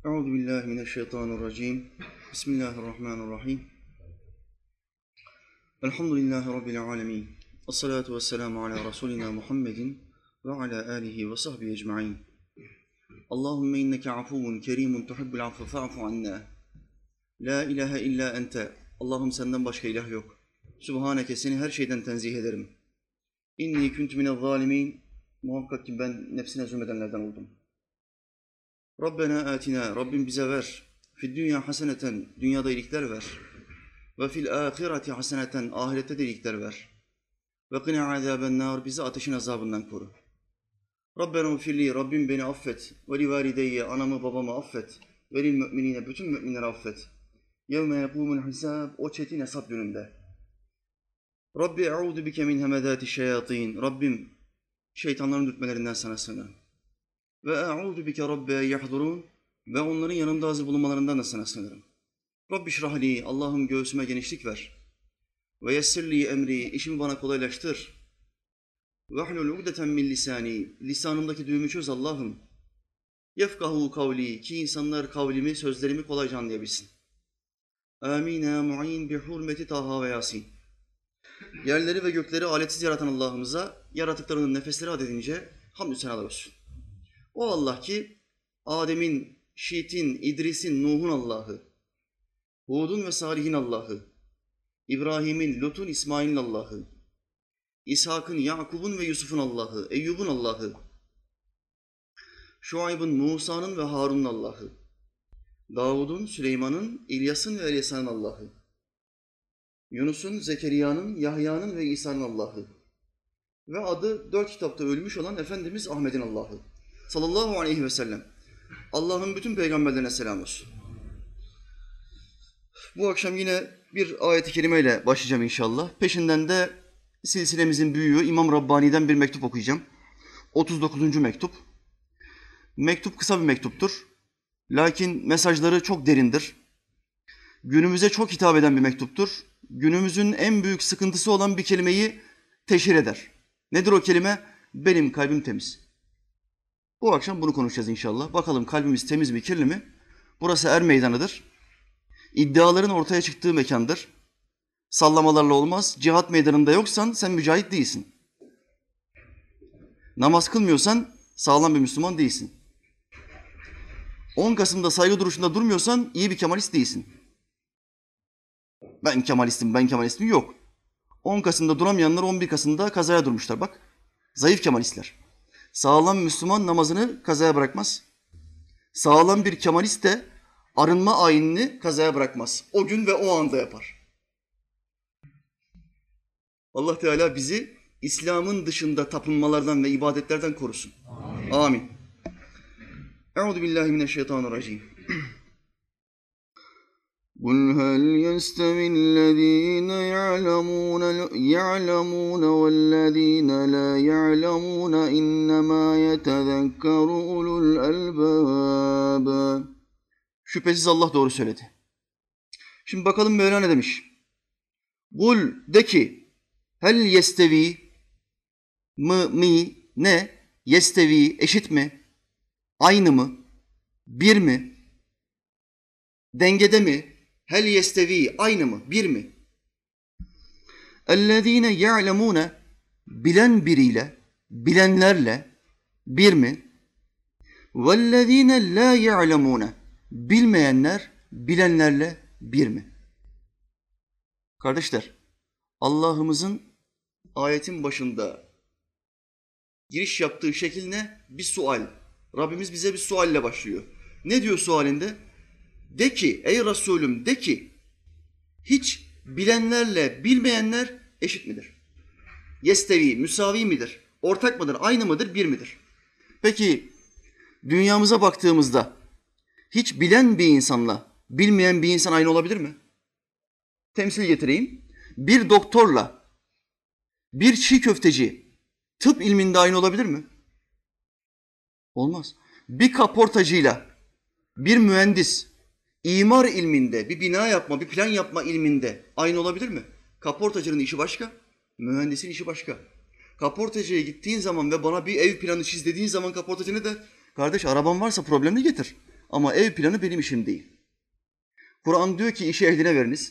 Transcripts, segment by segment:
Euzu billahi mineşşeytanirracim. Bismillahirrahmanirrahim. Elhamdülillahi rabbil alamin. Essalatu vesselamu ala rasulina Muhammedin ve ala alihi ve sahbihi ecmaîn. Allahumme inneke afuvun kerimun tuhibbul afve fa'fu anna. La ilahe illa ente. Allah'ım senden başka ilah yok. Sübhaneke, seni her şeyden tenzih ederim. İnni kuntu minez zalimin. Muhakkak ki ben nefsine zulmedenlerden oldum. Rabbena atina, Rabbim bize ver. Fid dünya haseneten, dünyada iyilikler ver. Ve fil ahireti haseneten, ahirette de iyilikler ver. Ve qina azaben nar, bizi ateşin azabından koru. Rabbena ufirli, Rabbim beni affet. Ve li valideyye, anamı babamı affet. Ve lil müminine, bütün müminleri affet. Yevme yekumul hisab, o çetin hesap gününde. Rabbi e'udu bike min hemedati şeyatin, Rabbim şeytanların dürtmelerinden sana sığınırım. Ve e'udu bike rabbe yahdurun, ve onların yanımda hazır bulunmalarından da sana sığınırım. Rabbi şrahli, Allah'ım göğsüme genişlik ver. Ve yessirli emri, işimi bana kolaylaştır. Ve hlul ugdeten min lisani, lisanımdaki düğümü çöz Allah'ım. Yefkahu kavli, ki insanlar kavlimi, sözlerimi kolayca anlayabilsin. Amin ya mu'in bi hurmeti Taha ve Yasin. Yerleri ve gökleri aletsiz yaratan Allah'ımıza, yaratıklarının nefesleri adedince hamdü senalar olsun. O Allah ki Adem'in, Şit'in, İdris'in, Nuh'un Allah'ı, Hud'un ve Salih'in Allah'ı, İbrahim'in, Lut'un, İsmail'in Allah'ı, İshak'ın, Yakub'un ve Yusuf'un Allah'ı, Eyyub'un Allah'ı, Şuayb'ın, Musa'nın ve Harun'un Allah'ı, Davud'un, Süleyman'ın, İlyas'ın ve Elyasa'nın Allah'ı, Yunus'un, Zekeriya'nın, Yahya'nın ve İsa'nın Allah'ı ve adı 4 kitapta ölmüş olan Efendimiz Ahmet'in Allah'ı sallallahu aleyhi ve sellem. Allah'ın bütün peygamberlerine selam olsun. Bu akşam yine bir ayet-i kerimeyle başlayacağım inşallah. Peşinden de silsilemizin büyüğü İmam Rabbani'den bir mektup okuyacağım. 39. mektup. Mektup kısa bir mektuptur. Lakin mesajları çok derindir. Günümüze çok hitap eden bir mektuptur. Günümüzün en büyük sıkıntısı olan bir kelimeyi teşhir eder. Nedir o kelime? Benim kalbim temiz. Bu akşam bunu konuşacağız inşallah. Bakalım kalbimiz temiz mi, kirli mi? Burası er meydanıdır. İddiaların ortaya çıktığı mekandır. Sallamalarla olmaz. Cihat meydanında yoksan sen mücahit değilsin. Namaz kılmıyorsan sağlam bir Müslüman değilsin. 10 Kasım'da saygı duruşunda durmuyorsan iyi bir Kemalist değilsin. Ben Kemalistim yok. 10 Kasım'da duramayanlar 11 Kasım'da kazaya durmuşlar bak. Zayıf Kemalistler. Sağlam Müslüman namazını kazaya bırakmaz. Sağlam bir Kemalist de arınma ayinini kazaya bırakmaz. O gün ve o anda yapar. Allah Teala bizi İslam'ın dışında tapınmalardan ve ibadetlerden korusun. Amin. Euzu billahi mineşşeytanirracim. قُلْ هَلْ يَسْتَوِي الَّذ۪ينَ يَعْلَمُونَ وَالَّذ۪ينَ لَا يَعْلَمُونَ اِنَّمَا يَتَذَكَّرُ اُولُو الْأَلْبَابِ. Şüphesiz Allah doğru söyledi. Şimdi bakalım Mevla ne demiş? Kul, de ki, hel yestevi mi ne? Yestevi eşit mi? Aynı mı? Bir mi? Dengede mi? Hel yestevi aynı mı? Bir mi? Ellezine ya'lemune bilen biriyle, bilenlerle bir mi? Vellezine la ya'lemune bilmeyenler bilenlerle bir mi? Kardeşler, Allah'ımızın ayetin başında giriş yaptığı şekil ne? Bir sual. Rabbimiz bize bir sualle başlıyor. Ne diyor sualinde? De ki, ey Resulüm de ki, hiç bilenlerle bilmeyenler eşit midir? Yestevi, müsavi midir? Ortak mıdır, aynı mıdır, bir midir? Peki, dünyamıza baktığımızda hiç bilen bir insanla bilmeyen bir insan aynı olabilir mi? Temsil getireyim. Bir doktorla bir çiğ köfteci tıp ilminde aynı olabilir mi? Olmaz. Bir kaportacıyla bir mühendis İmar ilminde, bir bina yapma, bir plan yapma ilminde aynı olabilir mi? Kaportacının işi başka, mühendisin işi başka. Kaportacıya gittiğin zaman ve bana bir ev planı çiz dediğin zaman kaportacı ne der? Kardeş araban varsa problemli getir. Ama ev planı benim işim değil. Kur'an diyor ki işi ehline veriniz.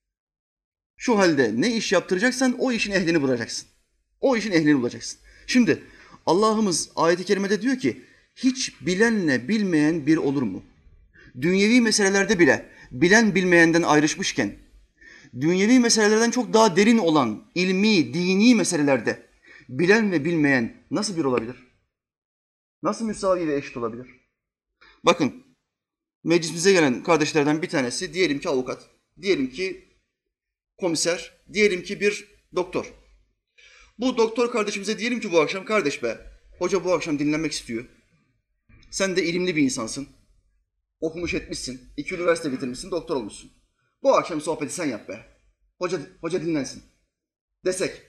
Şu halde ne iş yaptıracaksan o işin ehlini bulacaksın. O işin ehlini bulacaksın. Şimdi Allah'ımız ayet-i kerimede diyor ki hiç bilenle bilmeyen bir olur mu? Dünyevi meselelerde bile bilen bilmeyenden ayrışmışken, dünyevi meselelerden çok daha derin olan ilmi, dini meselelerde bilen ve bilmeyen nasıl bir olabilir? Nasıl müsavi ve eşit olabilir? Bakın, meclisimize gelen kardeşlerden bir tanesi diyelim ki avukat, diyelim ki komiser, diyelim ki bir doktor. Bu doktor kardeşimize diyelim ki bu akşam kardeş be, hoca bu akşam dinlenmek istiyor. Sen de ilimli bir insansın. Okumuş etmişsin, 2 üniversite bitirmişsin, doktor olmuşsun. Bu akşam sohbeti sen yap be. Hoca dinlensin. Desek.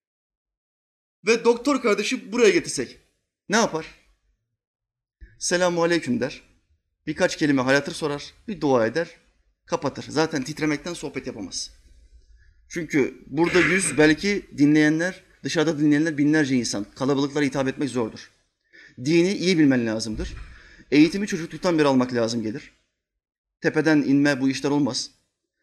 Ve doktor kardeşi buraya getirsek. Ne yapar? Selamun aleyküm der. Birkaç kelime hal hatır sorar, bir dua eder, kapatır. Zaten titremekten sohbet yapamaz. Çünkü burada belki dinleyenler, dışarıda dinleyenler binlerce insan. Kalabalıklara hitap etmek zordur. Dini iyi bilmen lazımdır. Eğitimi çocukluktan beri almak lazım gelir. Tepeden inme bu işler olmaz.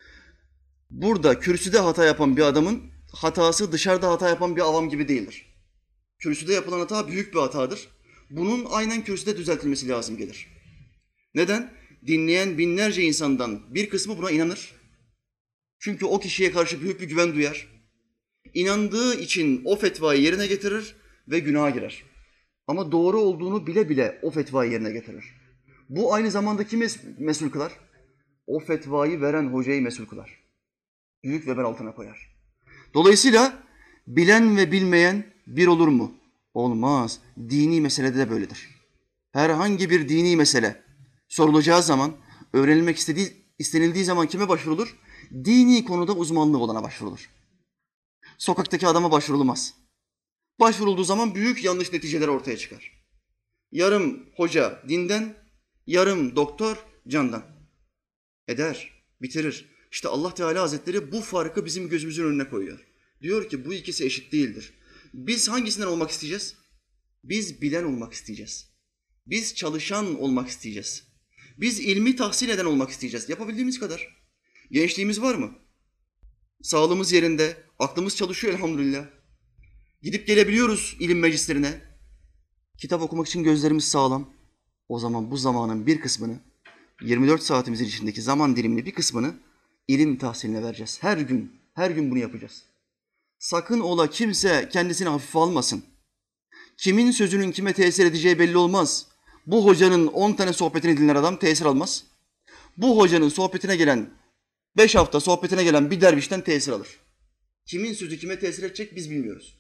Burada kürsüde hata yapan bir adamın hatası dışarıda hata yapan bir avam gibi değildir. Kürsüde yapılan hata büyük bir hatadır. Bunun aynen kürsüde düzeltilmesi lazım gelir. Neden? Dinleyen binlerce insandan bir kısmı buna inanır. Çünkü o kişiye karşı büyük bir güven duyar. İnandığı için o fetvayı yerine getirir ve günaha girer. Ama doğru olduğunu bile bile o fetvayı yerine getirir. Bu aynı zamanda kimi mesul kılar? O fetvayı veren hocayı mesul kılar. Büyük vebal altına koyar. Dolayısıyla bilen ve bilmeyen bir olur mu? Olmaz. Dini meselede de böyledir. Herhangi bir dini mesele sorulacağı zaman, öğrenilmek istenildiği zaman kime başvurulur? Dini konuda uzmanlığı olana başvurulur. Sokaktaki adama başvurulmaz. Başvurulduğu zaman büyük yanlış neticeler ortaya çıkar. Yarım hoca dinden, yarım doktor candan. Eder, bitirir. İşte Allah Teala Hazretleri bu farkı bizim gözümüzün önüne koyuyor. Diyor ki bu ikisi eşit değildir. Biz hangisinden olmak isteyeceğiz? Biz bilen olmak isteyeceğiz. Biz çalışan olmak isteyeceğiz. Biz ilmi tahsil eden olmak isteyeceğiz. Yapabildiğimiz kadar. Gençliğimiz var mı? Sağlığımız yerinde, aklımız çalışıyor elhamdülillah. Gidip gelebiliyoruz ilim meclislerine. Kitap okumak için gözlerimiz sağlam. O zaman bu zamanın bir kısmını, 24 saatimizin içindeki zaman dilimini bir kısmını ilim tahsiline vereceğiz. Her gün bunu yapacağız. Sakın ola kimse kendisini hafife almasın. Kimin sözünün kime tesir edeceği belli olmaz. Bu hocanın 10 tane sohbetini dinler adam tesir almaz. Bu hocanın sohbetine gelen, 5 hafta sohbetine gelen bir dervişten tesir alır. Kimin sözü kime tesir edecek biz bilmiyoruz.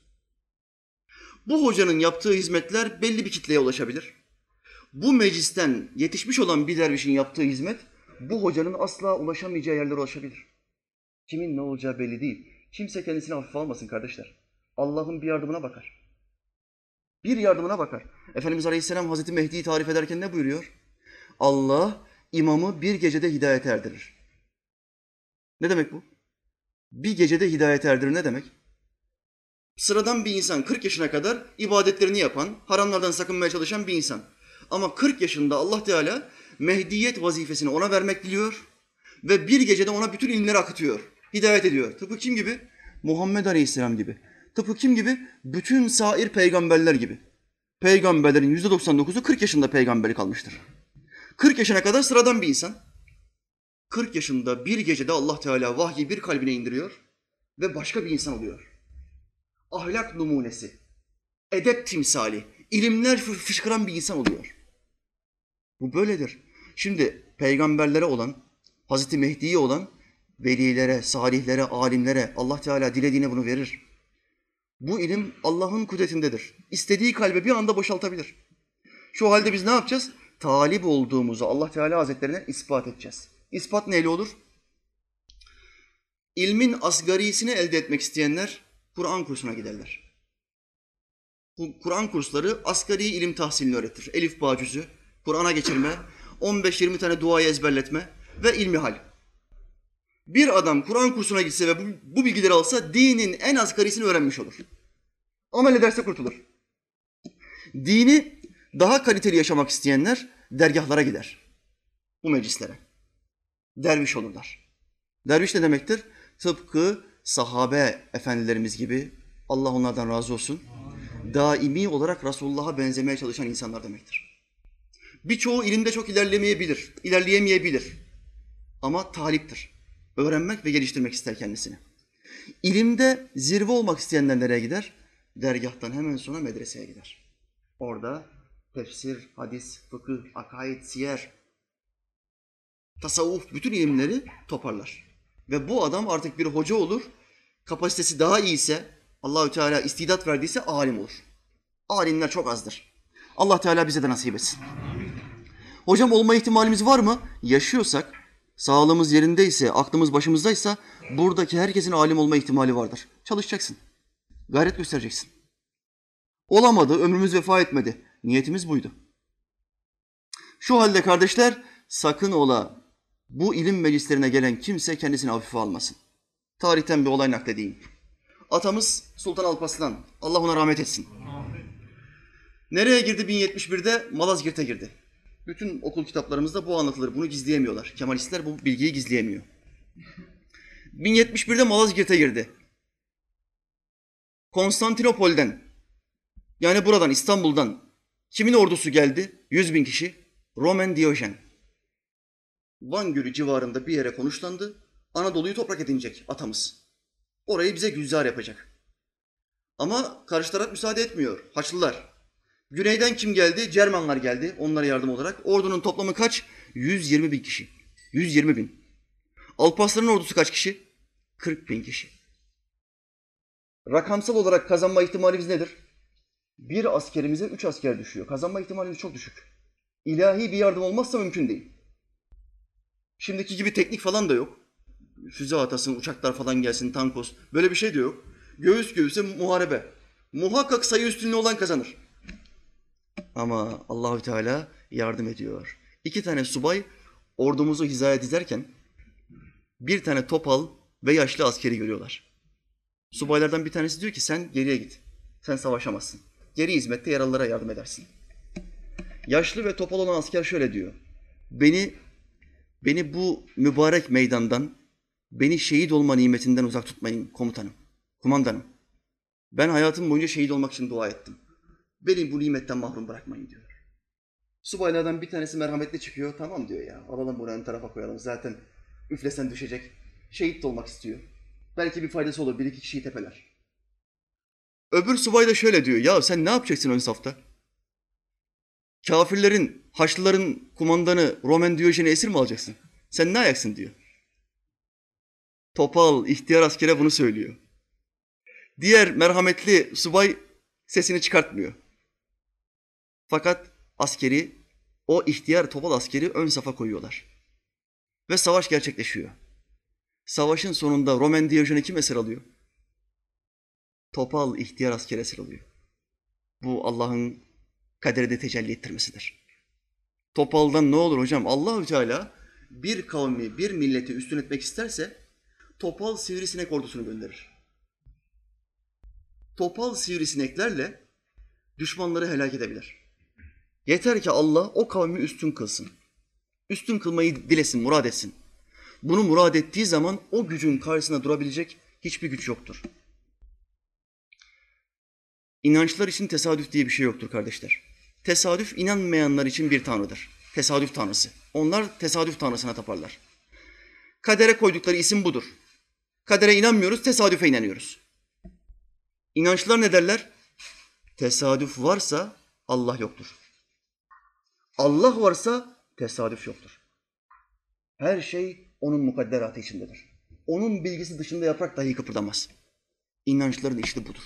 Bu hocanın yaptığı hizmetler belli bir kitleye ulaşabilir. Bu meclisten yetişmiş olan bir dervişin yaptığı hizmet, bu hocanın asla ulaşamayacağı yerlere ulaşabilir. Kimin ne olacağı belli değil. Kimse kendisini hafife almasın kardeşler. Allah'ın bir yardımına bakar. Bir yardımına bakar. Efendimiz Aleyhisselam Hazreti Mehdi'yi tarif ederken ne buyuruyor? Allah imamı bir gecede hidayete erdirir. Ne demek bu? Bir gecede hidayete erdirir ne demek? Sıradan bir insan 40 yaşına kadar ibadetlerini yapan, haramlardan sakınmaya çalışan bir insan. Ama 40 yaşında Allah Teala Mehdiyet vazifesini ona vermek diliyor ve bir gecede ona bütün ilimleri akıtıyor, hidayet ediyor. Tıpkı kim gibi? Muhammed Aleyhisselam gibi. Tıpkı kim gibi? Bütün sair peygamberler gibi. Peygamberlerin %99'u 40 yaşında peygamberlik almıştır. 40 yaşına kadar sıradan bir insan. 40 yaşında bir gecede Allah Teala vahyi bir kalbine indiriyor ve başka bir insan oluyor. Ahlak numunesi, edep timsali, ilimler fışkıran bir insan oluyor. Bu böyledir. Şimdi peygamberlere olan, Hazreti Mehdi'ye olan velilere, salihlere, alimlere Allah Teala dilediğine bunu verir. Bu ilim Allah'ın kudretindedir. İstediği kalbe bir anda boşaltabilir. Şu halde biz ne yapacağız? Talip olduğumuzu Allah Teala Hazretlerine ispat edeceğiz. İspat neyle olur? İlmin asgarisini elde etmek isteyenler Kur'an kursuna giderler. Kur'an kursları asgari ilim tahsilini öğretir. Elif ba cüzü, Kur'an'a geçirme, 15-20 tane duayı ezberletme ve ilmihal. Bir adam Kur'an kursuna gitse ve bu bilgileri alsa dinin en asgarisini öğrenmiş olur. Amel ederse kurtulur. Dini daha kaliteli yaşamak isteyenler dergahlara gider. bu meclislere. Derviş olurlar. Derviş ne demektir? Tıpkı sahabe efendilerimiz gibi, Allah onlardan razı olsun, daimi olarak Resulullah'a benzemeye çalışan insanlar demektir. Birçoğu ilimde çok ilerleyemeyebilir. Ama taliptir. Öğrenmek ve geliştirmek ister kendisini. İlimde zirve olmak isteyenler nereye gider? Dergâhtan hemen sonra medreseye gider. Orada tefsir, hadis, fıkıh, akaid, siyer, tasavvuf bütün ilimleri toparlar. Ve bu adam artık bir hoca olur. Kapasitesi daha iyiyse, Allahü Teala istidat verdiyse alim olur. Alimler çok azdır. Allah Teala bize de nasip etsin. Hocam olma ihtimalimiz var mı? Yaşıyorsak, sağlığımız yerindeyse, aklımız başımızdaysa buradaki herkesin alim olma ihtimali vardır. Çalışacaksın. Gayret göstereceksin. Olamadı, ömrümüz vefa etmedi. Niyetimiz buydu. Şu halde kardeşler, sakın ola bu ilim meclislerine gelen kimse kendisini hafife almasın. Tarihten bir olay nakledeyim. Atamız Sultan Alparslan, Allah ona rahmet etsin. Nereye girdi 1071'de? Malazgirt'e girdi. Bütün okul kitaplarımızda bu anlatılır. Bunu gizleyemiyorlar. Kemalistler bu bilgiyi gizleyemiyor. 1071'de Malazgirt'e girdi. Konstantinopol'den, yani buradan İstanbul'dan kimin ordusu geldi? 100.000 kişi. Roman Diyojen. Van Gölü civarında bir yere konuşlandı. Anadolu'yu toprak edinecek atamız. Orayı bize gülzar yapacak. Ama karşı taraf müsaade etmiyor. Haçlılar. Güneyden kim geldi? Cermanlar geldi onlara yardım olarak. Ordunun toplamı kaç? 120.000 kişi. 120.000. Alparslan'ın ordusu kaç kişi? 40.000 kişi. Rakamsal olarak kazanma ihtimalimiz nedir? Bir askerimize 3 asker düşüyor. Kazanma ihtimalimiz çok düşük. İlahi bir yardım olmazsa mümkün değil. Şimdiki gibi teknik falan da yok. Füze atasın, uçaklar falan gelsin, tankos. Böyle bir şey de yok. Göğüs göğüse muharebe. Muhakkak sayı üstünlüğü olan kazanır. Ama Allahü Teala yardım ediyor. 2 tane subay ordumuzu hizaya dizerken bir tane topal ve yaşlı askeri görüyorlar. Subaylardan bir tanesi diyor ki sen geriye git. Sen savaşamazsın. Geri hizmette yaralılara yardım edersin. Yaşlı ve topal olan asker şöyle diyor. Beni bu mübarek meydandan, beni şehit olma nimetinden uzak tutmayın komutanım, kumandanım. Ben hayatım boyunca şehit olmak için dua ettim. Beni bu nimetten mahrum bırakmayın diyor. Subaylardan bir tanesi merhametli çıkıyor. Tamam diyor ya, alalım bunu ön tarafa koyalım. Zaten üflesen düşecek. Şehit de olmak istiyor. Belki bir faydası olur, 1-2 kişiyi tepeler. Öbür subay da şöyle diyor. Ya sen ne yapacaksın ön safta? Kafirlerin, Haçlıların kumandanı Roman Diyojen'i esir mi alacaksın? Sen ne ayaksın diyor. Topal, ihtiyar askere bunu söylüyor. Diğer merhametli subay sesini çıkartmıyor. Fakat askeri, o ihtiyar topal askeri ön safa koyuyorlar. Ve savaş gerçekleşiyor. Savaşın sonunda Roman Diyojen'i kim esir alıyor? Topal, ihtiyar asker esir alıyor. Bu Allah'ın kaderde tecelli ettirmesidir. Topaldan ne olur hocam? Allahü Teala bir kavmi, bir milleti üstün etmek isterse topal sivrisinek ordusunu gönderir. Topal sivrisineklerle düşmanları helak edebilir. Yeter ki Allah o kavmi üstün kılsın. Üstün kılmayı dilesin, murad etsin. Bunu murad ettiği zaman o gücün karşısına durabilecek hiçbir güç yoktur. İnançlar için tesadüf diye bir şey yoktur kardeşler. Tesadüf inanmayanlar için bir tanrıdır. Tesadüf tanrısı. Onlar tesadüf tanrısına taparlar. Kadere koydukları isim budur. Kadere inanmıyoruz, tesadüfe inanıyoruz. İnançlar ne derler? Tesadüf varsa Allah yoktur. Allah varsa tesadüf yoktur. Her şey onun mukadderatı içindedir. Onun bilgisi dışında yaprak dahi kıpırdamaz. İnançların işi budur.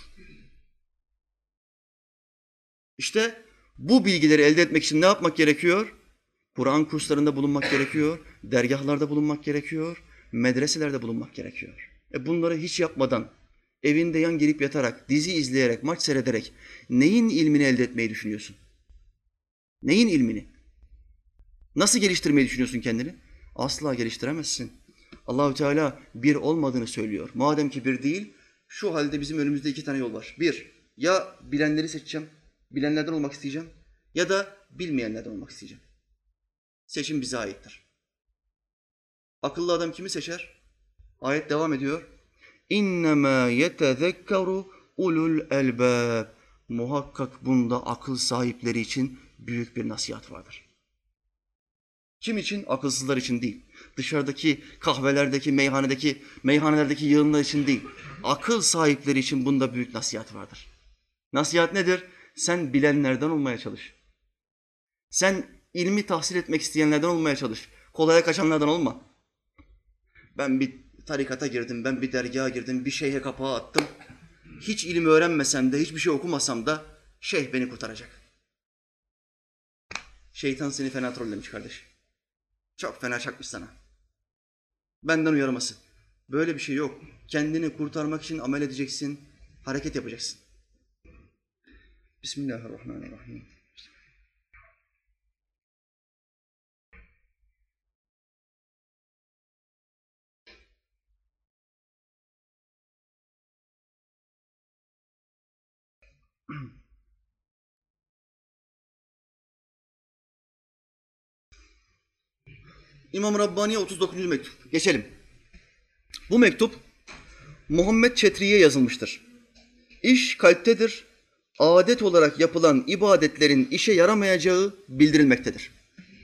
İşte bu bilgileri elde etmek için ne yapmak gerekiyor? Kur'an kurslarında bulunmak gerekiyor, dergahlarda bulunmak gerekiyor, medreselerde bulunmak gerekiyor. Bunları hiç yapmadan, evinde yan gelip yatarak, dizi izleyerek, maç seyrederek neyin ilmini elde etmeyi düşünüyorsun? Neyin ilmini? Nasıl geliştirmeyi düşünüyorsun kendini? Asla geliştiremezsin. Allahü Teala bir olmadığını söylüyor. Madem ki bir değil, şu halde bizim önümüzde 2 tane yol var. Bir, ya bilenleri seçeceğim, bilenlerden olmak isteyeceğim ya da bilmeyenlerden olmak isteyeceğim. Seçim bize aittir. Akıllı adam kimi seçer? Ayet devam ediyor. İnnemâ yetezekkeru ulul elbâb. Muhakkak bunda akıl sahipleri için büyük bir nasihat vardır. Kim için? Akılsızlar için değil. Dışarıdaki kahvelerdeki, meyhanelerdeki yığınlar için değil. Akıl sahipleri için bunda büyük nasihat vardır. Nasihat nedir? Sen bilenlerden olmaya çalış. Sen ilmi tahsil etmek isteyenlerden olmaya çalış. Kolaya kaçanlardan olma. Ben bir tarikata girdim, ben bir dergaha girdim, bir şeyhe kapağı attım. Hiç ilim öğrenmesem de, hiçbir şey okumasam da şeyh beni kurtaracak. Şeytan seni fena trollemiş kardeş. Çok fena çakmış sana. Benden uyarması. Böyle bir şey yok. Kendini kurtarmak için amel edeceksin, hareket yapacaksın. Bismillahirrahmanirrahim. İmam Rabbani'ye 39. mektup. Geçelim. Bu mektup Muhammed Çetri'ye yazılmıştır. İş kalptedir. Adet olarak yapılan ibadetlerin işe yaramayacağı bildirilmektedir.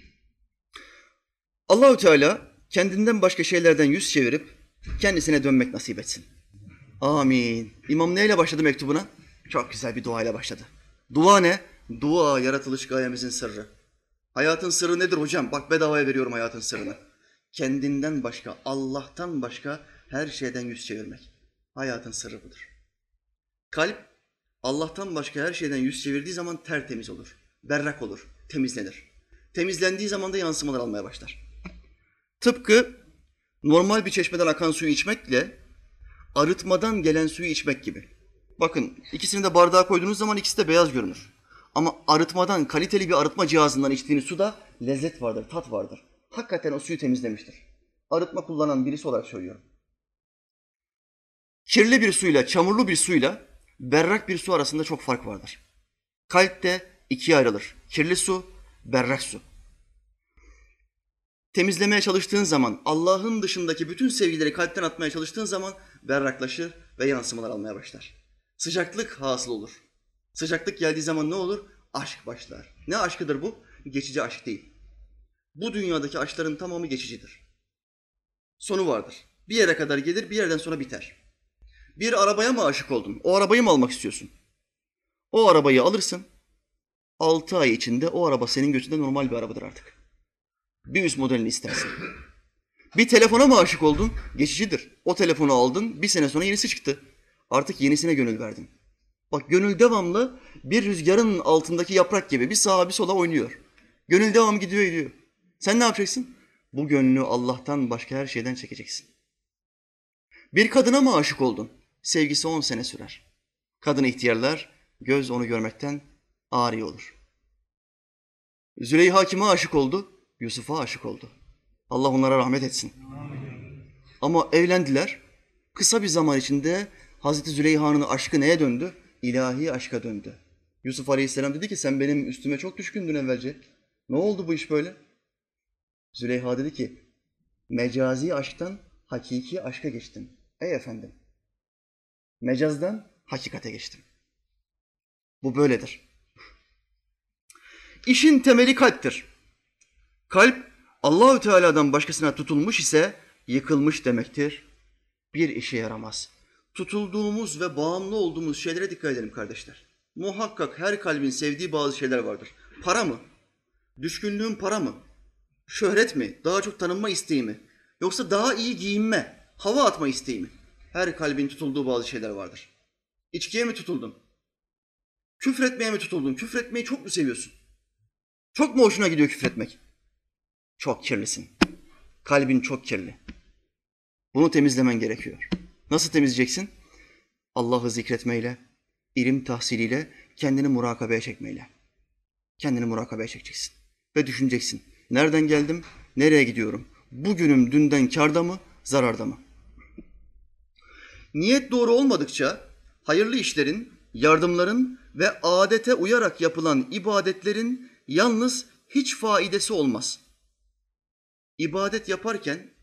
Allahü Teala kendinden başka şeylerden yüz çevirip kendisine dönmek nasip etsin. Amin. İmam neyle başladı mektubuna? Çok güzel bir duayla başladı. Dua ne? Dua yaratılış gayemizin sırrı. Hayatın sırrı nedir hocam? Bak bedavaya veriyorum hayatın sırrını. Kendinden başka, Allah'tan başka her şeyden yüz çevirmek. Hayatın sırrı budur. Kalp Allah'tan başka her şeyden yüz çevirdiği zaman tertemiz olur, berrak olur, temizlenir. Temizlendiği zaman da yansımalar almaya başlar. Tıpkı normal bir çeşmeden akan suyu içmekle arıtmadan gelen suyu içmek gibi. Bakın ikisini de bardağa koyduğunuz zaman ikisi de beyaz görünür. Ama arıtmadan, kaliteli bir arıtma cihazından içtiğiniz suda lezzet vardır, tat vardır. Hakikaten o suyu temizlemiştir. Arıtma kullanan birisi olarak söylüyorum. Kirli bir suyla, çamurlu bir suyla berrak bir su arasında çok fark vardır. Kalp de ikiye ayrılır. Kirli su, berrak su. Temizlemeye çalıştığın zaman, Allah'ın dışındaki bütün sevgileri kalpten atmaya çalıştığın zaman berraklaşır ve yansımalar almaya başlar. Sıcaklık hasıl olur. Sıcaklık geldiği zaman ne olur? Aşk başlar. Ne aşkıdır bu? Geçici aşk değil. Bu dünyadaki aşkların tamamı geçicidir. Sonu vardır. Bir yere kadar gelir, bir yerden sonra biter. Bir arabaya mı aşık oldun? O arabayı mı almak istiyorsun? O arabayı alırsın. 6 ay içinde o araba senin gözünde normal bir arabadır artık. Bir üst modelini istersin. Bir telefona mı aşık oldun? Geçicidir. O telefonu aldın, bir sene sonra yenisi çıktı. Artık yenisine gönül verdin. Bak gönül devamlı bir rüzgarın altındaki yaprak gibi bir sağa bir sola oynuyor. Gönül devam gidiyor. Sen ne yapacaksın? Bu gönlü Allah'tan başka her şeyden çekeceksin. Bir kadına mı aşık oldun? Sevgisi 10 sene sürer. Kadın ihtiyarlar, göz onu görmekten ağrı olur. Züleyha kime aşık oldu? Yusuf'a aşık oldu. Allah onlara rahmet etsin. Ama evlendiler. Kısa bir zaman içinde Hazreti Züleyha'nın aşkı neye döndü? İlahi aşka döndü. Yusuf Aleyhisselam dedi ki sen benim üstüme çok düşkündün evvelce. Ne oldu bu iş böyle? Züleyha dedi ki mecazi aşktan hakiki aşka geçtim. Ey efendim, mecazdan hakikate geçtim. Bu böyledir. İşin temeli kalptir. Kalp Allahü Teala'dan başkasına tutulmuş ise yıkılmış demektir. Bir işe yaramaz. Tutulduğumuz ve bağımlı olduğumuz şeylere dikkat edelim kardeşler. Muhakkak her kalbin sevdiği bazı şeyler vardır. Para mı? Düşkünlüğün para mı? Şöhret mi? Daha çok tanınma isteği mi? Yoksa daha iyi giyinme, hava atma isteği mi? Her kalbin tutulduğu bazı şeyler vardır. İçkiye mi tutuldun? Küfretmeye mi tutuldun? Küfretmeyi çok mu seviyorsun? Çok mu hoşuna gidiyor küfretmek? Çok kirlisin. Kalbin çok kirli. Bunu temizlemen gerekiyor. Nasıl temizleyeceksin? Allah'ı zikretmeyle, ilim tahsiliyle, kendini murakabeye çekmeyle. Kendini murakabeye çekeceksin. Ve düşüneceksin. Nereden geldim? Nereye gidiyorum? Bugünüm dünden kârda mı, zararda mı? Niyet doğru olmadıkça hayırlı işlerin, yardımların ve adete uyarak yapılan ibadetlerin yalnız hiç faidesi olmaz. İbadet yaparken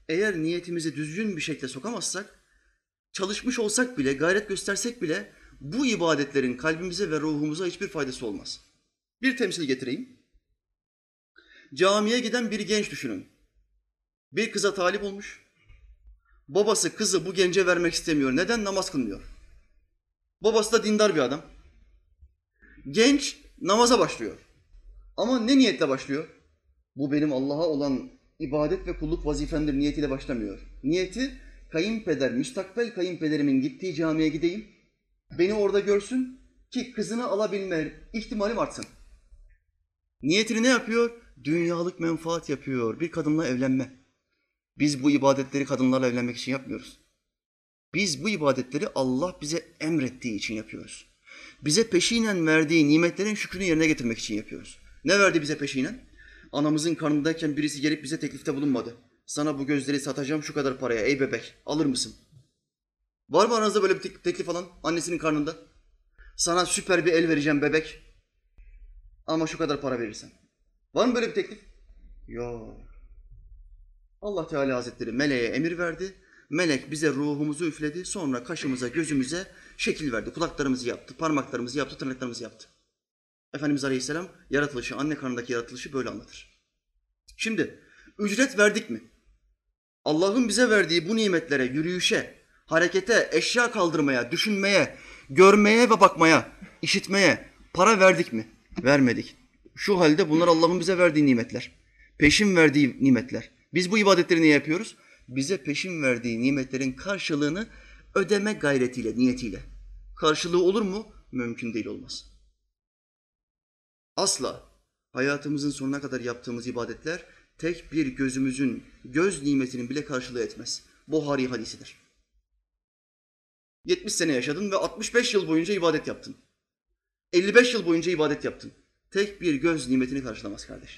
eğer niyetimizi düzgün bir şekilde sokamazsak, çalışmış olsak bile, gayret göstersek bile bu ibadetlerin kalbimize ve ruhumuza hiçbir faydası olmaz. Bir temsil getireyim. Camiye giden bir genç düşünün. Bir kıza talip olmuş. Babası kızı bu gence vermek istemiyor. Neden? Namaz kılmıyor. Babası da dindar bir adam. Genç namaza başlıyor. Ama ne niyetle başlıyor? Bu benim Allah'a olan ibadet ve kulluk vazifemdir niyetiyle başlamıyor. Niyeti kayınpeder, müstakbel kayınpederimin gittiği camiye gideyim. Beni orada görsün ki kızını alabilme ihtimalim artsın. Niyetini ne yapıyor? Dünyalık menfaat yapıyor. Bir kadınla evlenme. Biz bu ibadetleri kadınlarla evlenmek için yapmıyoruz. Biz bu ibadetleri Allah bize emrettiği için yapıyoruz. Bize peşinen verdiği nimetlerin şükrünü yerine getirmek için yapıyoruz. Ne verdi bize peşinen? Anamızın karnındayken birisi gelip bize teklifte bulunmadı. Sana bu gözleri satacağım şu kadar paraya ey bebek, alır mısın? Var mı aranızda böyle bir teklif alan annesinin karnında? Sana süper bir el vereceğim bebek ama şu kadar para verirsen. Var mı böyle bir teklif? Yok. Allah Teala Hazretleri meleğe emir verdi. Melek bize ruhumuzu üfledi. Sonra kaşımıza, gözümüze şekil verdi. Kulaklarımızı yaptı, parmaklarımızı yaptı, tırnaklarımızı yaptı. Efendimiz Aleyhisselam yaratılışı, anne karnındaki yaratılışı böyle anlatır. Şimdi ücret verdik mi? Allah'ın bize verdiği bu nimetlere, yürüyüşe, harekete, eşya kaldırmaya, düşünmeye, görmeye ve bakmaya, işitmeye para verdik mi? Vermedik. Şu halde bunlar Allah'ın bize verdiği nimetler. Peşin verdiği nimetler. Biz bu ibadetleri niye yapıyoruz? Bize peşin verdiği nimetlerin karşılığını ödeme gayretiyle, niyetiyle. Karşılığı olur mu? Mümkün değil, olmaz. Asla hayatımızın sonuna kadar yaptığımız ibadetler tek bir gözümüzün göz nimetinin bile karşılığı etmez. Buhari hadisidir. 70 sene yaşadın ve 65 yıl boyunca ibadet yaptın. 55 yıl boyunca ibadet yaptın. Tek bir göz nimetini karşılamaz kardeş.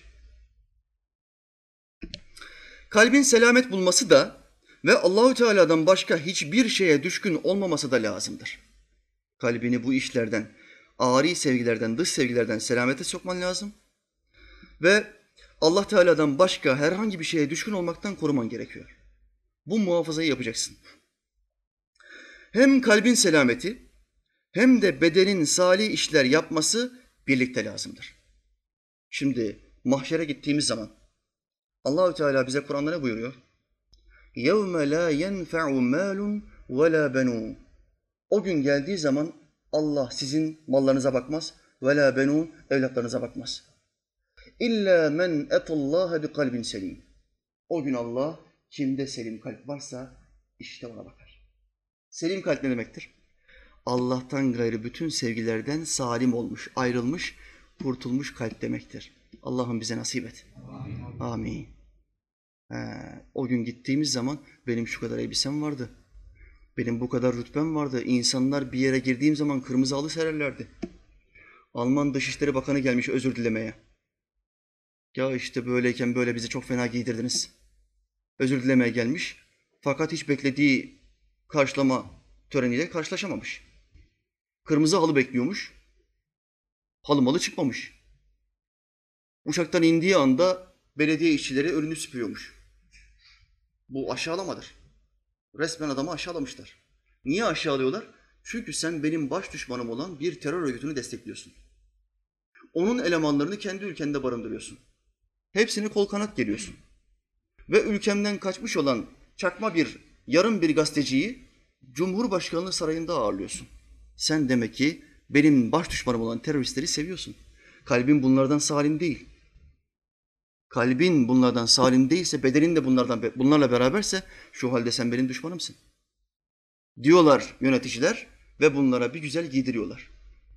Kalbin selamet bulması da ve Allahu Teala'dan başka hiçbir şeye düşkün olmaması da lazımdır. Kalbini bu işlerden, ari sevgilerden, dış sevgilerden selamete sokman lazım ve Allah Teala'dan başka herhangi bir şeye düşkün olmaktan koruman gerekiyor. Bu muhafazayı yapacaksın. Hem kalbin selameti hem de bedenin salih işler yapması birlikte lazımdır. Şimdi mahşere gittiğimiz zaman Allah-u Teala bize Kur'an'da ne buyuruyor? يَوْمَ لَا يَنْفَعُ مَالٌ وَلَا بَنُونَ. O gün geldiği zaman Allah sizin mallarınıza bakmaz. وَلَا بَنُونَ, evlatlarınıza bakmaz. İlla men etallaha bi kalbin selim. O gün Allah kimde selim kalp varsa işte ona bakar. Selim kalp ne demektir? Allah'tan gayrı bütün sevgilerden salim olmuş, ayrılmış, kurtulmuş kalp demektir. Allah'ım bize nasip et. Amin. O gün gittiğimiz zaman benim şu kadar elbisem vardı. Benim bu kadar rütbem vardı. İnsanlar bir yere girdiğim zaman kırmızı halı sererlerdi. Alman Dışişleri Bakanı gelmiş özür dilemeye. Ya işte böyleyken böyle bizi çok fena giydirdiniz. Özür dilemeye gelmiş. Fakat hiç beklediği karşılama töreniyle karşılaşamamış. Kırmızı halı bekliyormuş. Halı malı çıkmamış. Uçaktan indiği anda belediye işçileri önünü süpürüyormuş. Bu aşağılamadır. Resmen adamı aşağılamışlar. Niye aşağılıyorlar? Çünkü sen benim baş düşmanım olan bir terör örgütünü destekliyorsun. Onun elemanlarını kendi ülkende barındırıyorsun. Hepsini kol kanat geriyorsun. Ve ülkemden kaçmış olan çakma yarım bir gazeteciyi Cumhurbaşkanlığı sarayında ağırlıyorsun. Sen demek ki benim baş düşmanım olan teröristleri seviyorsun. Kalbin bunlardan salim değil. Kalbin bunlardan salim değilse, bedenin de bunlarla beraberse şu halde sen benim düşmanımsın. Diyorlar yöneticiler ve bunlara bir güzel giydiriyorlar.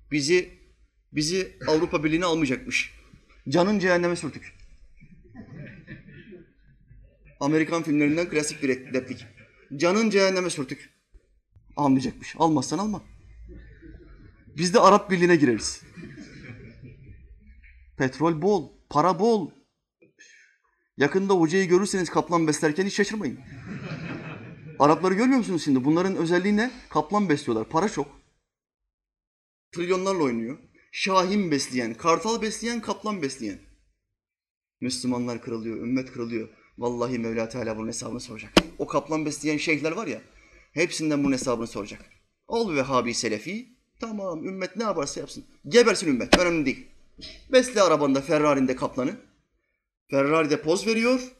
Bizi Avrupa Birliği'ne almayacakmış. Canın cehenneme sürtük. Amerikan filmlerinden klasik bir replik. Canın cehenneme sürtük. Almayacakmış. Almazsan alma. Biz de Arap Birliği'ne gireriz. Petrol bol, para bol. Yakında hocayı görürseniz kaplan beslerken hiç şaşırmayın. Arapları görmüyor musunuz şimdi? Bunların özelliği ne? Kaplan besliyorlar. Para çok. Trilyonlarla oynuyor. Şahin besleyen, kartal besleyen, kaplan besleyen. Müslümanlar kırılıyor, ümmet kırılıyor. Vallahi Mevla Teala bunun hesabını soracak. O kaplan besleyen şeyhler var ya, hepsinden bunun hesabını soracak. Ol Vehhabi Selefi, tamam ümmet ne yaparsa yapsın. Gebersin ümmet, önemli değil. Besle arabanda, Ferrari'nde kaplanı. Ferrari'de poz veriyor.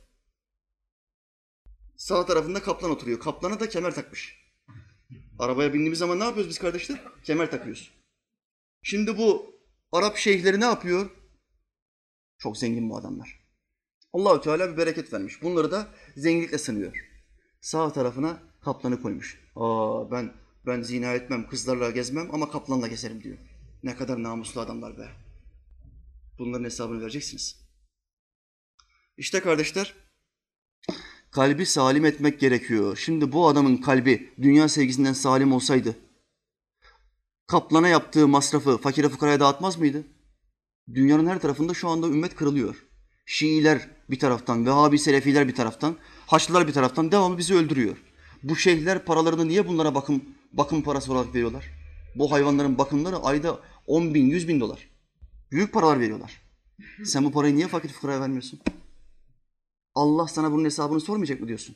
Sağ tarafında kaplan oturuyor. Kaplana da kemer takmış. Arabaya bindiğimiz zaman ne yapıyoruz biz kardeşler? Kemer takıyoruz. Şimdi bu Arap şeyhleri ne yapıyor? Çok zengin bu adamlar. Allah-u Teala bir bereket vermiş. Bunları da zenginlikle sınıyor. Sağ tarafına kaplanı koymuş. Ben zina etmem, kızlarla gezmem ama kaplanla gezerim diyor. Ne kadar namuslu adamlar be. Bunların hesabını vereceksiniz. İşte kardeşler, kalbi salim etmek gerekiyor. Şimdi bu adamın kalbi dünya sevgisinden salim olsaydı, kaplana yaptığı masrafı fakire fukaraya dağıtmaz mıydı? Dünyanın her tarafında şu anda ümmet kırılıyor. Şiiler bir taraftan, Vehhabi Selefiler bir taraftan, Haçlılar bir taraftan devamlı bizi öldürüyor. Bu şeyhler paralarını niye bunlara bakım parası olarak veriyorlar? Bu hayvanların bakımları ayda 10 bin, 100 bin dolar. Büyük paralar veriyorlar. Sen bu parayı niye fakir fukaraya vermiyorsun? Allah sana bunun hesabını sormayacak mı diyorsun?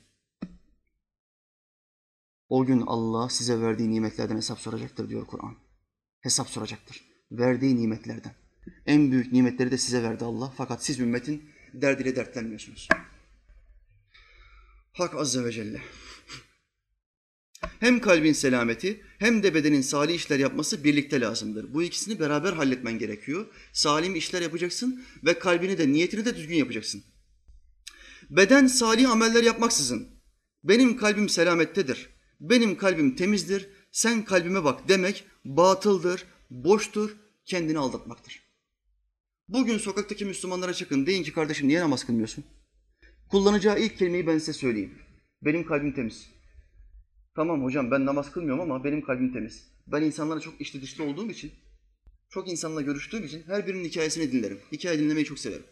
O gün Allah size verdiği nimetlerden hesap soracaktır diyor Kur'an. Hesap soracaktır. Verdiği nimetlerden. En büyük nimetleri de size verdi Allah. Fakat siz ümmetin derdiyle dertlenmiyorsunuz. Hak Azze ve Celle. Hem kalbin selameti hem de bedenin salih işler yapması birlikte lazımdır. Bu ikisini beraber halletmen gerekiyor. Salim işler yapacaksın ve kalbini de niyetini de düzgün yapacaksın. Beden salih ameller yapmaksızın benim kalbim selamettedir, benim kalbim temizdir, sen kalbime bak demek batıldır, boştur, kendini aldatmaktır. Bugün sokaktaki Müslümanlara çıkın, deyin ki kardeşim niye namaz kılmıyorsun? Kullanacağı ilk kelimeyi ben size söyleyeyim. Benim kalbim temiz. Tamam hocam ben namaz kılmıyorum ama benim kalbim temiz. Ben insanlara çok içli dışlı olduğum için, çok insanla görüştüğüm için her birinin hikayesini dinlerim. Hikaye dinlemeyi çok severim.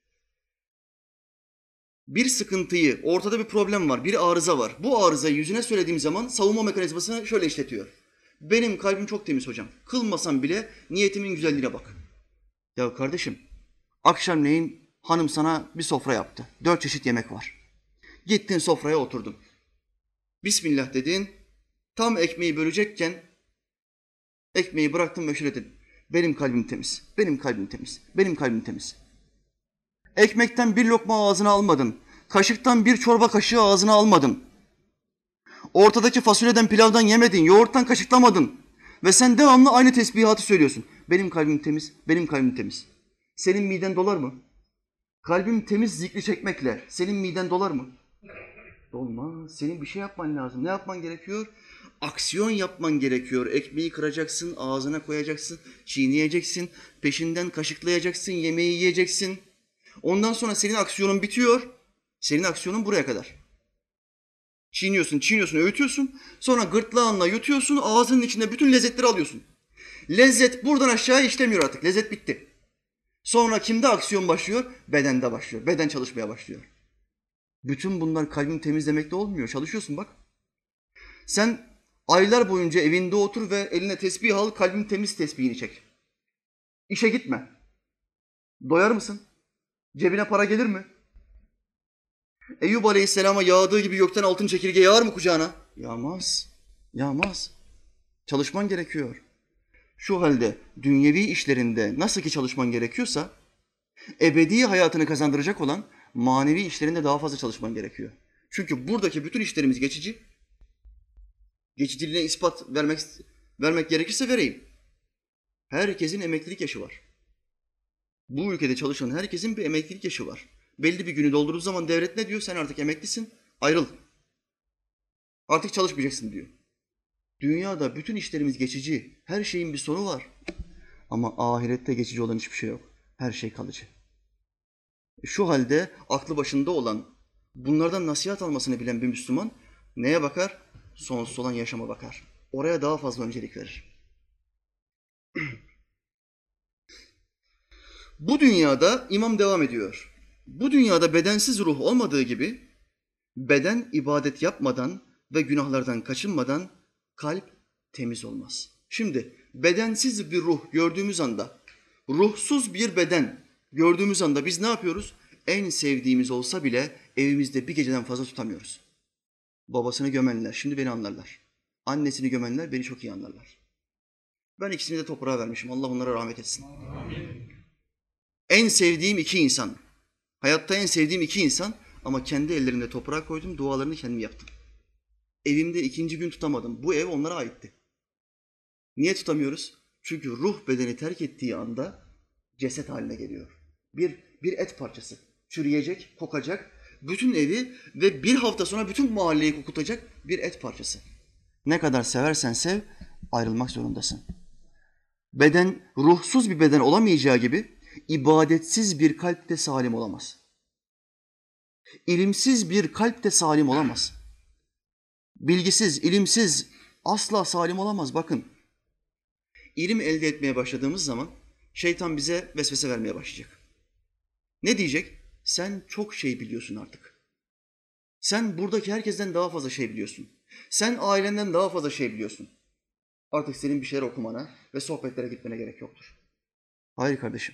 Bir sıkıntıyı, ortada bir problem var, bir arıza var. Bu arızayı yüzüne söylediğim zaman savunma mekanizmasını şöyle işletiyor. Benim kalbim çok temiz hocam. Kılmasam bile niyetimin güzelliğine bak. Ya kardeşim, akşamleyin hanım sana bir sofra yaptı. 4 çeşit yemek var. Gittin sofraya oturdun. Bismillah dedin. Tam ekmeği bölecekken ekmeği bıraktın ve şöyle dedin. Benim kalbim temiz, benim kalbim temiz, benim kalbim temiz. Ekmekten bir lokma ağzına almadın. Kaşıktan bir çorba kaşığı ağzına almadın. Ortadaki fasulyeden pilavdan yemedin, yoğurttan kaşıklamadın. Ve sen devamlı aynı tesbihatı söylüyorsun. Benim kalbim temiz, benim kalbim temiz. Senin miden dolar mı? Kalbim temiz zikri çekmekle senin miden dolar mı? Dolmaz. Senin bir şey yapman lazım. Ne yapman gerekiyor? Aksiyon yapman gerekiyor. Ekmeği kıracaksın, ağzına koyacaksın, çiğneyeceksin, peşinden kaşıklayacaksın, yemeği yiyeceksin. Ondan sonra senin aksiyonun bitiyor. Senin aksiyonun buraya kadar. Çiğniyorsun, öğütüyorsun. Sonra gırtlağınla yutuyorsun, ağzının içinde bütün lezzetleri alıyorsun. Lezzet buradan aşağıya işlemiyor artık. Lezzet bitti. Sonra kimde aksiyon başlıyor? Bedende başlıyor. Beden çalışmaya başlıyor. Bütün bunlar kalbin temiz demekle olmuyor. Çalışıyorsun bak. Sen aylar boyunca evinde otur ve eline tesbih al, kalbin temiz tesbihini çek. İşe gitme. Doyar mısın? Cebine para gelir mi? Eyüp Aleyhisselam'a yağdığı gibi gökten altın çekirge yağar mı kucağına? Yağmaz. Yağmaz. Çalışman gerekiyor. Şu halde dünyevi işlerinde nasıl ki çalışman gerekiyorsa, ebedi hayatını kazandıracak olan manevi işlerinde daha fazla çalışman gerekiyor. Çünkü buradaki bütün işlerimiz geçici. Geçiciliğine ispat vermek gerekirse vereyim. Herkesin emeklilik yaşı var. Bu ülkede çalışan herkesin bir emeklilik yaşı var. Belli bir günü doldurduğu zaman devlet ne diyor? Sen artık emeklisin, ayrıl. Artık çalışmayacaksın diyor. Dünyada bütün işlerimiz geçici. Her şeyin bir sonu var. Ama ahirette geçici olan hiçbir şey yok. Her şey kalıcı. Şu halde aklı başında olan, bunlardan nasihat almasını bilen bir Müslüman neye bakar? Sonsuz olan yaşama bakar. Oraya daha fazla öncelik verir. Bu dünyada imam devam ediyor. Bu dünyada bedensiz ruh olmadığı gibi beden ibadet yapmadan ve günahlardan kaçınmadan kalp temiz olmaz. Şimdi bedensiz bir ruh gördüğümüz anda, ruhsuz bir beden gördüğümüz anda biz ne yapıyoruz? En sevdiğimiz olsa bile evimizde bir geceden fazla tutamıyoruz. Babasını gömenler, şimdi beni anlarlar. Annesini gömenler beni çok iyi anlarlar. Ben ikisini de toprağa vermişim. Allah onlara rahmet etsin. Amin. En sevdiğim iki insan, hayatta en sevdiğim iki insan ama kendi ellerimle toprağa koydum, dualarını kendim yaptım. Evimde ikinci gün tutamadım. Bu ev onlara aitti. Niye tutamıyoruz? Çünkü ruh bedeni terk ettiği anda ceset haline geliyor. Bir et parçası. Çürüyecek, kokacak, bütün evi ve bir hafta sonra bütün mahalleyi kokutacak bir et parçası. Ne kadar seversen sev, ayrılmak zorundasın. Beden, ruhsuz bir beden olamayacağı gibi ibadetsiz bir kalp de salim olamaz. İlimsiz bir kalp de salim olamaz. Bilgisiz, ilimsiz asla salim olamaz. Bakın, ilim elde etmeye başladığımız zaman şeytan bize vesvese vermeye başlayacak. Ne diyecek? Sen çok şey biliyorsun artık. Sen buradaki herkesten daha fazla şey biliyorsun. Sen ailenden daha fazla şey biliyorsun. Artık senin bir şeyler okumana ve sohbetlere gitmene gerek yoktur. Hayır kardeşim.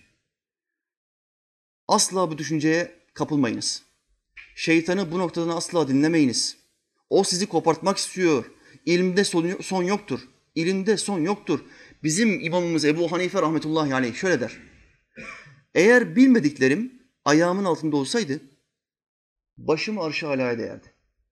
Asla bu düşünceye kapılmayınız. Şeytanı bu noktadan asla dinlemeyiniz. O sizi kopartmak istiyor. İlimde son yoktur. İlimde son yoktur. Bizim imamımız Ebu Hanife rahmetullahi aleyh şöyle der. Eğer bilmediklerim ayağımın altında olsaydı, başım arş-ı alaya değerdi.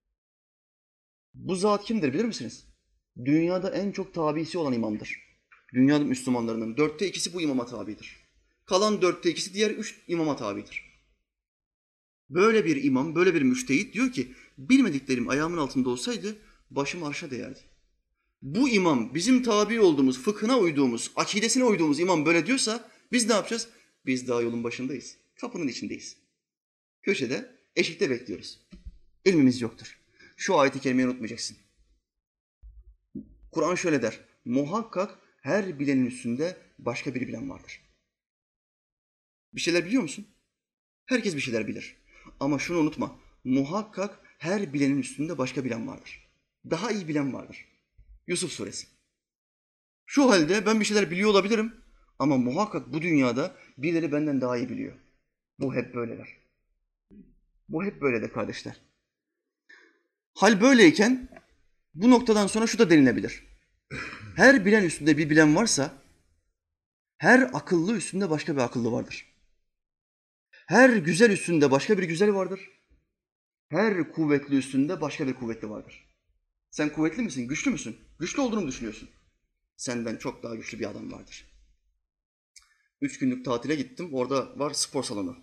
Bu zat kimdir bilir misiniz? Dünyada en çok tabisi olan imamdır. Dünya Müslümanlarının 2/4 bu imama tabidir. Kalan 2/4 diğer 3 imama tabidir. Böyle bir imam, böyle bir müştehit diyor ki, bilmediklerim ayağımın altında olsaydı başım arşa değerdi. Bu imam bizim tabi olduğumuz, fıkhına uyduğumuz, akidesine uyduğumuz imam böyle diyorsa biz ne yapacağız? Biz daha yolun başındayız. Kapının içindeyiz. Köşede, eşikte bekliyoruz. İlmimiz yoktur. Şu ayet-i kerimeyi unutmayacaksın. Kur'an şöyle der. Muhakkak her bilenin üstünde başka bir bilen vardır. Bir şeyler biliyor musun? Herkes bir şeyler bilir. Ama şunu unutma. Muhakkak her bilenin üstünde başka bilen vardır. Daha iyi bilen vardır. Yusuf suresi. Şu halde ben bir şeyler biliyor olabilirim ama muhakkak bu dünyada birileri benden daha iyi biliyor. Bu hep böyleler. Bu hep böyledir kardeşler. Hal böyleyken bu noktadan sonra şu da denilebilir. Her bilen üstünde bir bilen varsa her akıllı üstünde başka bir akıllı vardır. Her güzel üstünde başka bir güzel vardır. Her kuvvetli üstünde başka bir kuvvetli vardır. Sen kuvvetli misin, güçlü müsün? Güçlü olduğunu düşünüyorsun. Senden çok daha güçlü bir adam vardır. 3 günlük tatile gittim. Orada var spor salonu.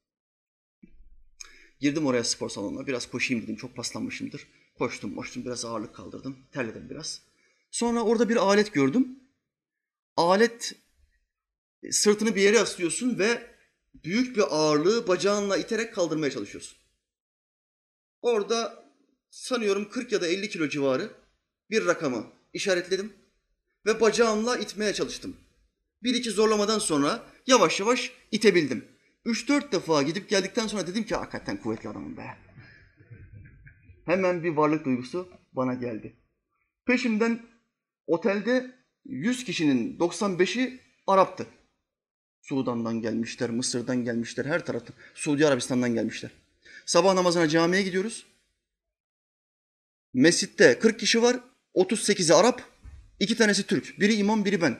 Girdim oraya spor salonuna. Biraz koşayım dedim. Çok paslanmışımdır. Koştum. Biraz ağırlık kaldırdım. Terledim biraz. Sonra orada bir alet gördüm. Alet sırtını bir yere yaslıyorsun ve büyük bir ağırlığı bacağınla iterek kaldırmaya çalışıyorsun. Orada sanıyorum 40 ya da 50 kilo civarı bir rakamı işaretledim ve bacağımla itmeye çalıştım. 1-2 zorlamadan sonra yavaş yavaş itebildim. 3-4 defa gidip geldikten sonra dedim ki hakikaten kuvvetli adamım be. Hemen bir varlık duygusu bana geldi. Peşimden otelde 100 kişinin 95'i Arap'tı. Sudan'dan gelmişler, Mısır'dan gelmişler, her taraftan, Suudi Arabistan'dan gelmişler. Sabah namazına camiye gidiyoruz. Mescitte 40 kişi var, 38'i Arap, 2 tanesi Türk. Biri imam, biri ben.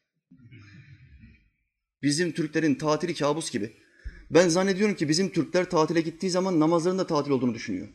Bizim Türklerin tatili kabus gibi. Ben zannediyorum ki bizim Türkler tatile gittiği zaman namazların da tatil olduğunu düşünüyor.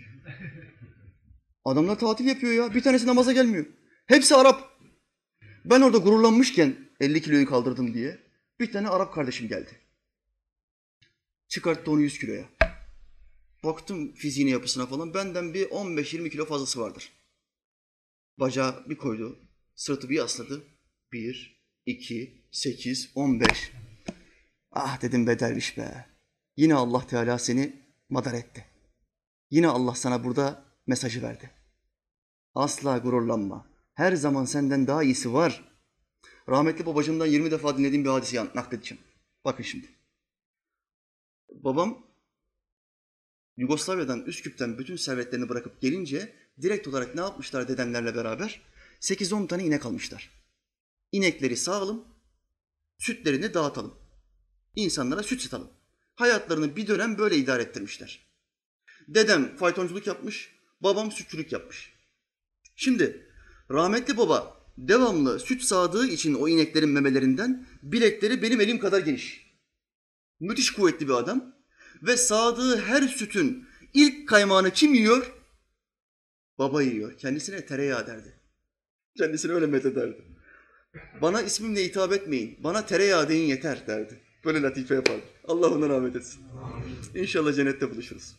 Adamlar tatil yapıyor ya, bir tanesi namaza gelmiyor. Hepsi Arap. Ben orada gururlanmışken 50 kiloyu kaldırdım diye bir tane Arap kardeşim geldi. Çıkarttı onu 100 kiloya. Baktım fiziğine, yapısına falan, benden bir 15-20 kilo fazlası vardır. Bacağı bir koydu, sırtı bir yasladı. 1, 2, 8, 15. Ah dedim be derviş be. Yine Allah Teala seni madar etti. Yine Allah sana burada mesajı verdi. Asla gururlanma. Her zaman senden daha iyisi var. Rahmetli babacığımdan 20 defa dinlediğim bir hadiseyi nakledeceğim. Bakın şimdi. Babam Yugoslavya'dan, Üsküp'ten bütün servetlerini bırakıp gelince direkt olarak ne yapmışlar dedemlerle beraber? 8-10 tane inek almışlar. İnekleri sağalım, sütlerini dağıtalım. İnsanlara süt satalım. Hayatlarını bir dönem böyle idare ettirmişler. Dedem faytonculuk yapmış, babam sütçülük yapmış. Şimdi rahmetli baba devamlı süt sağdığı için o ineklerin memelerinden bilekleri benim elim kadar geniş. Müthiş kuvvetli bir adam ve sağdığı her sütün ilk kaymağını kim yiyor? Baba yiyor. Kendisine tereyağı derdi. Kendisine öyle methederdi. Bana ismimle hitap etmeyin, bana tereyağı deyin yeter derdi. Böyle latife yapardı. Allah ona rahmet etsin. İnşallah cennette buluşuruz.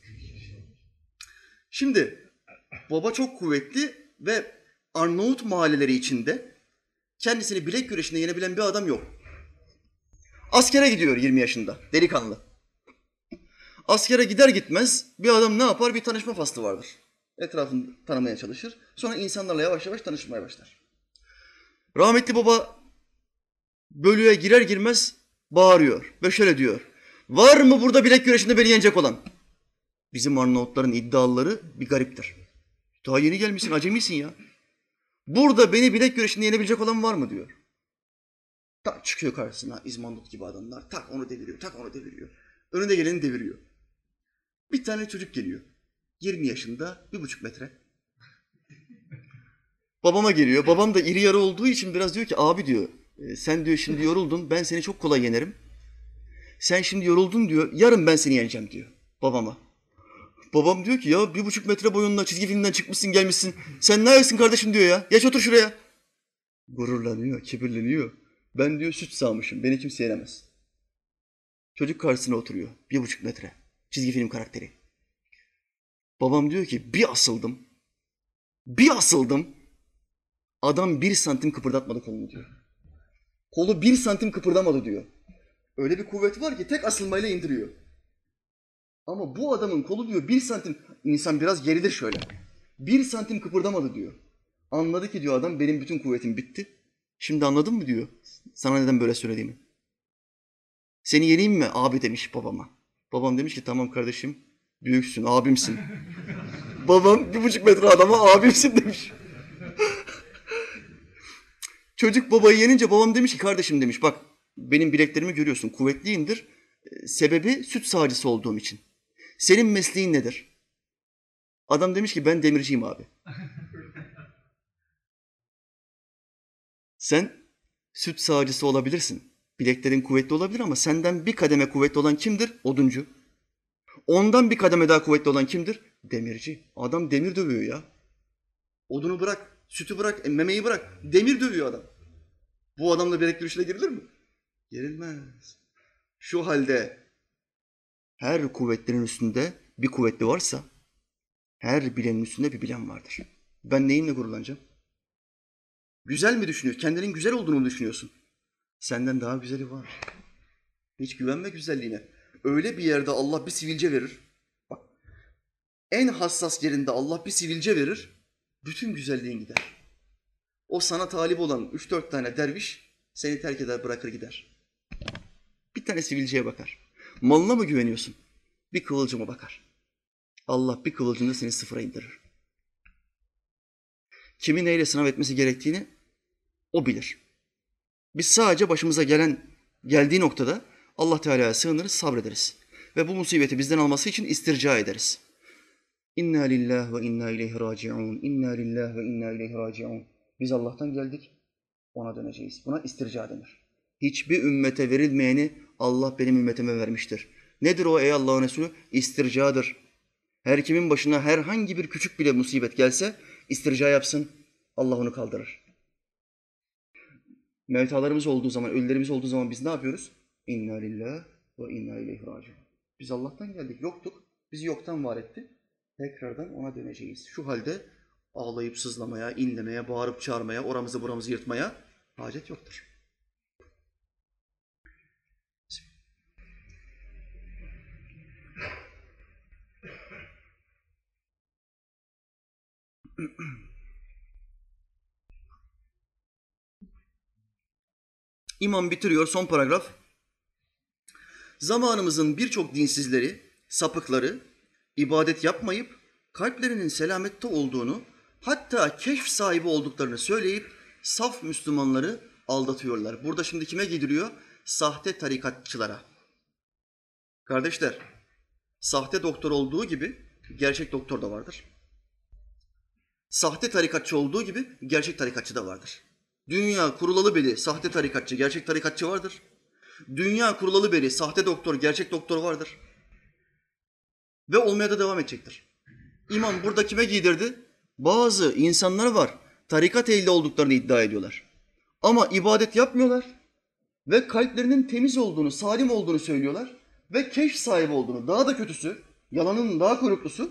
Şimdi baba çok kuvvetli ve Arnavut mahalleleri içinde kendisini bilek güreşinde yenebilen bir adam yok. Askere gidiyor 20 yaşında, delikanlı. Askere gider gitmez bir adam ne yapar? Bir tanışma faslı vardır. Etrafını tanımaya çalışır. Sonra insanlarla yavaş yavaş tanışmaya başlar. Rahmetli baba bölüğe girer girmez bağırıyor ve şöyle diyor. Var mı burada bilek güreşinde beni yenecek olan? Bizim Arnavutların iddiaları bir gariptir. Daha yeni gelmişsin, acemisin ya. Burada beni bilek güreşinde yenebilecek olan var mı diyor. Tak çıkıyor karşısına İzmandut gibi adamlar. Tak onu deviriyor, tak onu deviriyor. Önünde geleni deviriyor. Bir tane çocuk geliyor. 20 yaşında, 1,5 metre. Babama geliyor. Babam da iri yarı olduğu için biraz diyor ki abi diyor sen diyor şimdi yoruldun, ben seni çok kolay yenerim. Sen şimdi yoruldun diyor, yarın ben seni yeneceğim diyor babama. Babam diyor ki ya 1,5 metre boyunla çizgi filmden çıkmışsın gelmişsin. Sen ne ayaksın kardeşim diyor ya. Geç otur şuraya. Gururlanıyor, kibirleniyor. Ben diyor süt sağmışım, beni kimse yenemez. Çocuk karşısına oturuyor, 1,5 metre. Çizgi film karakteri. Babam diyor ki bir asıldım. Adam 1 santim kıpırdatmadı kolunu diyor. Kolu 1 santim kıpırdamadı diyor. Öyle bir kuvvet var ki tek asılmayla indiriyor. Ama bu adamın kolu diyor 1 santim, insan biraz gerilir şöyle. 1 santim kıpırdamadı diyor. Anladı ki diyor adam benim bütün kuvvetim bitti. Şimdi anladın mı diyor sana neden böyle söylediğimi. Seni yeneyim mi abi demiş babama. Babam demiş ki tamam kardeşim büyüksün abimsin. Babam 1,5 metre adama abimsin demiş. Çocuk babayı yenince babam demiş ki kardeşim demiş bak benim bileklerimi görüyorsun kuvvetliyimdir. Sebebi süt sağcısı olduğum için. Senin mesleğin nedir? Adam demiş ki ben demirciyim abi. Sen süt sağcısı olabilirsin. Bileklerin kuvvetli olabilir ama senden bir kademe kuvvetli olan kimdir? Oduncu. Ondan bir kademe daha kuvvetli olan kimdir? Demirci. Adam demir dövüyor ya. Odunu bırak, sütü bırak, memeyi bırak. Demir dövüyor adam. Bu adamla bilek güreşine girilir mi? Girilmez. Şu halde her kuvvetlerin üstünde bir kuvvetli varsa her bilenin üstünde bir bilen vardır. Ben neyimle gururlanacağım? Güzel mi düşünüyorsun? Kendinin güzel olduğunu mu düşünüyorsun? Senden daha güzeli var. Hiç güvenme güzelliğine. Öyle bir yerde Allah bir sivilce verir. Bak, en hassas yerinde Allah bir sivilce verir. Bütün güzelliğin gider. O sana talip olan 3-4 tane derviş seni terk eder, bırakır gider. Bir tane sivilceye bakar. Malına mı güveniyorsun? Bir kıvılcıma bakar. Allah bir kıvılcımda seni sıfıra indirir. Kimi neyle sınav etmesi gerektiğini o bilir. Biz sadece başımıza geldiği noktada Allah Teala'ya sığınırız, sabrederiz. Ve bu musibeti bizden alması için istirca ederiz. İnna lillahi ve inna ileyhi raciun. İnna lillahi ve inna ileyhi raciun. Biz Allah'tan geldik, ona döneceğiz. Buna istirca denir. Hiçbir ümmete verilmeyeni Allah benim ümmetime vermiştir. Nedir o ey Allah'ın Resulü? İstircadır. Her kimin başına herhangi bir küçük bile musibet gelse istirca yapsın, Allah onu kaldırır. Mevtalarımız olduğu zaman, ölülerimiz olduğu zaman biz ne yapıyoruz? İnna lillahi ve inna ileyhi raciun. Biz Allah'tan geldik, yoktuk. Bizi yoktan var etti. Tekrardan ona döneceğiz. Şu halde ağlayıp sızlamaya, inlemeye, bağırıp çağırmaya, oramızı buramızı yırtmaya hacet yoktur. İmam bitiriyor son paragraf. Zamanımızın birçok dinsizleri, sapıkları ibadet yapmayıp kalplerinin selamette olduğunu, hatta keşf sahibi olduklarını söyleyip saf Müslümanları aldatıyorlar. Burada şimdi kime gidiliyor? Sahte tarikatçılara. Kardeşler, sahte doktor olduğu gibi gerçek doktor da vardır. Sahte tarikatçı olduğu gibi gerçek tarikatçı da vardır. Dünya kurulalı beri sahte tarikatçı, gerçek tarikatçı vardır. Dünya kurulalı beri sahte doktor, gerçek doktor vardır. Ve olmaya da devam edecektir. İmam burada kime giydirdi? Bazı insanlar var, tarikat ehli olduklarını iddia ediyorlar. Ama ibadet yapmıyorlar ve kalplerinin temiz olduğunu, salim olduğunu söylüyorlar ve keşf sahibi olduğunu, daha da kötüsü, yalanın daha kuyruklusu.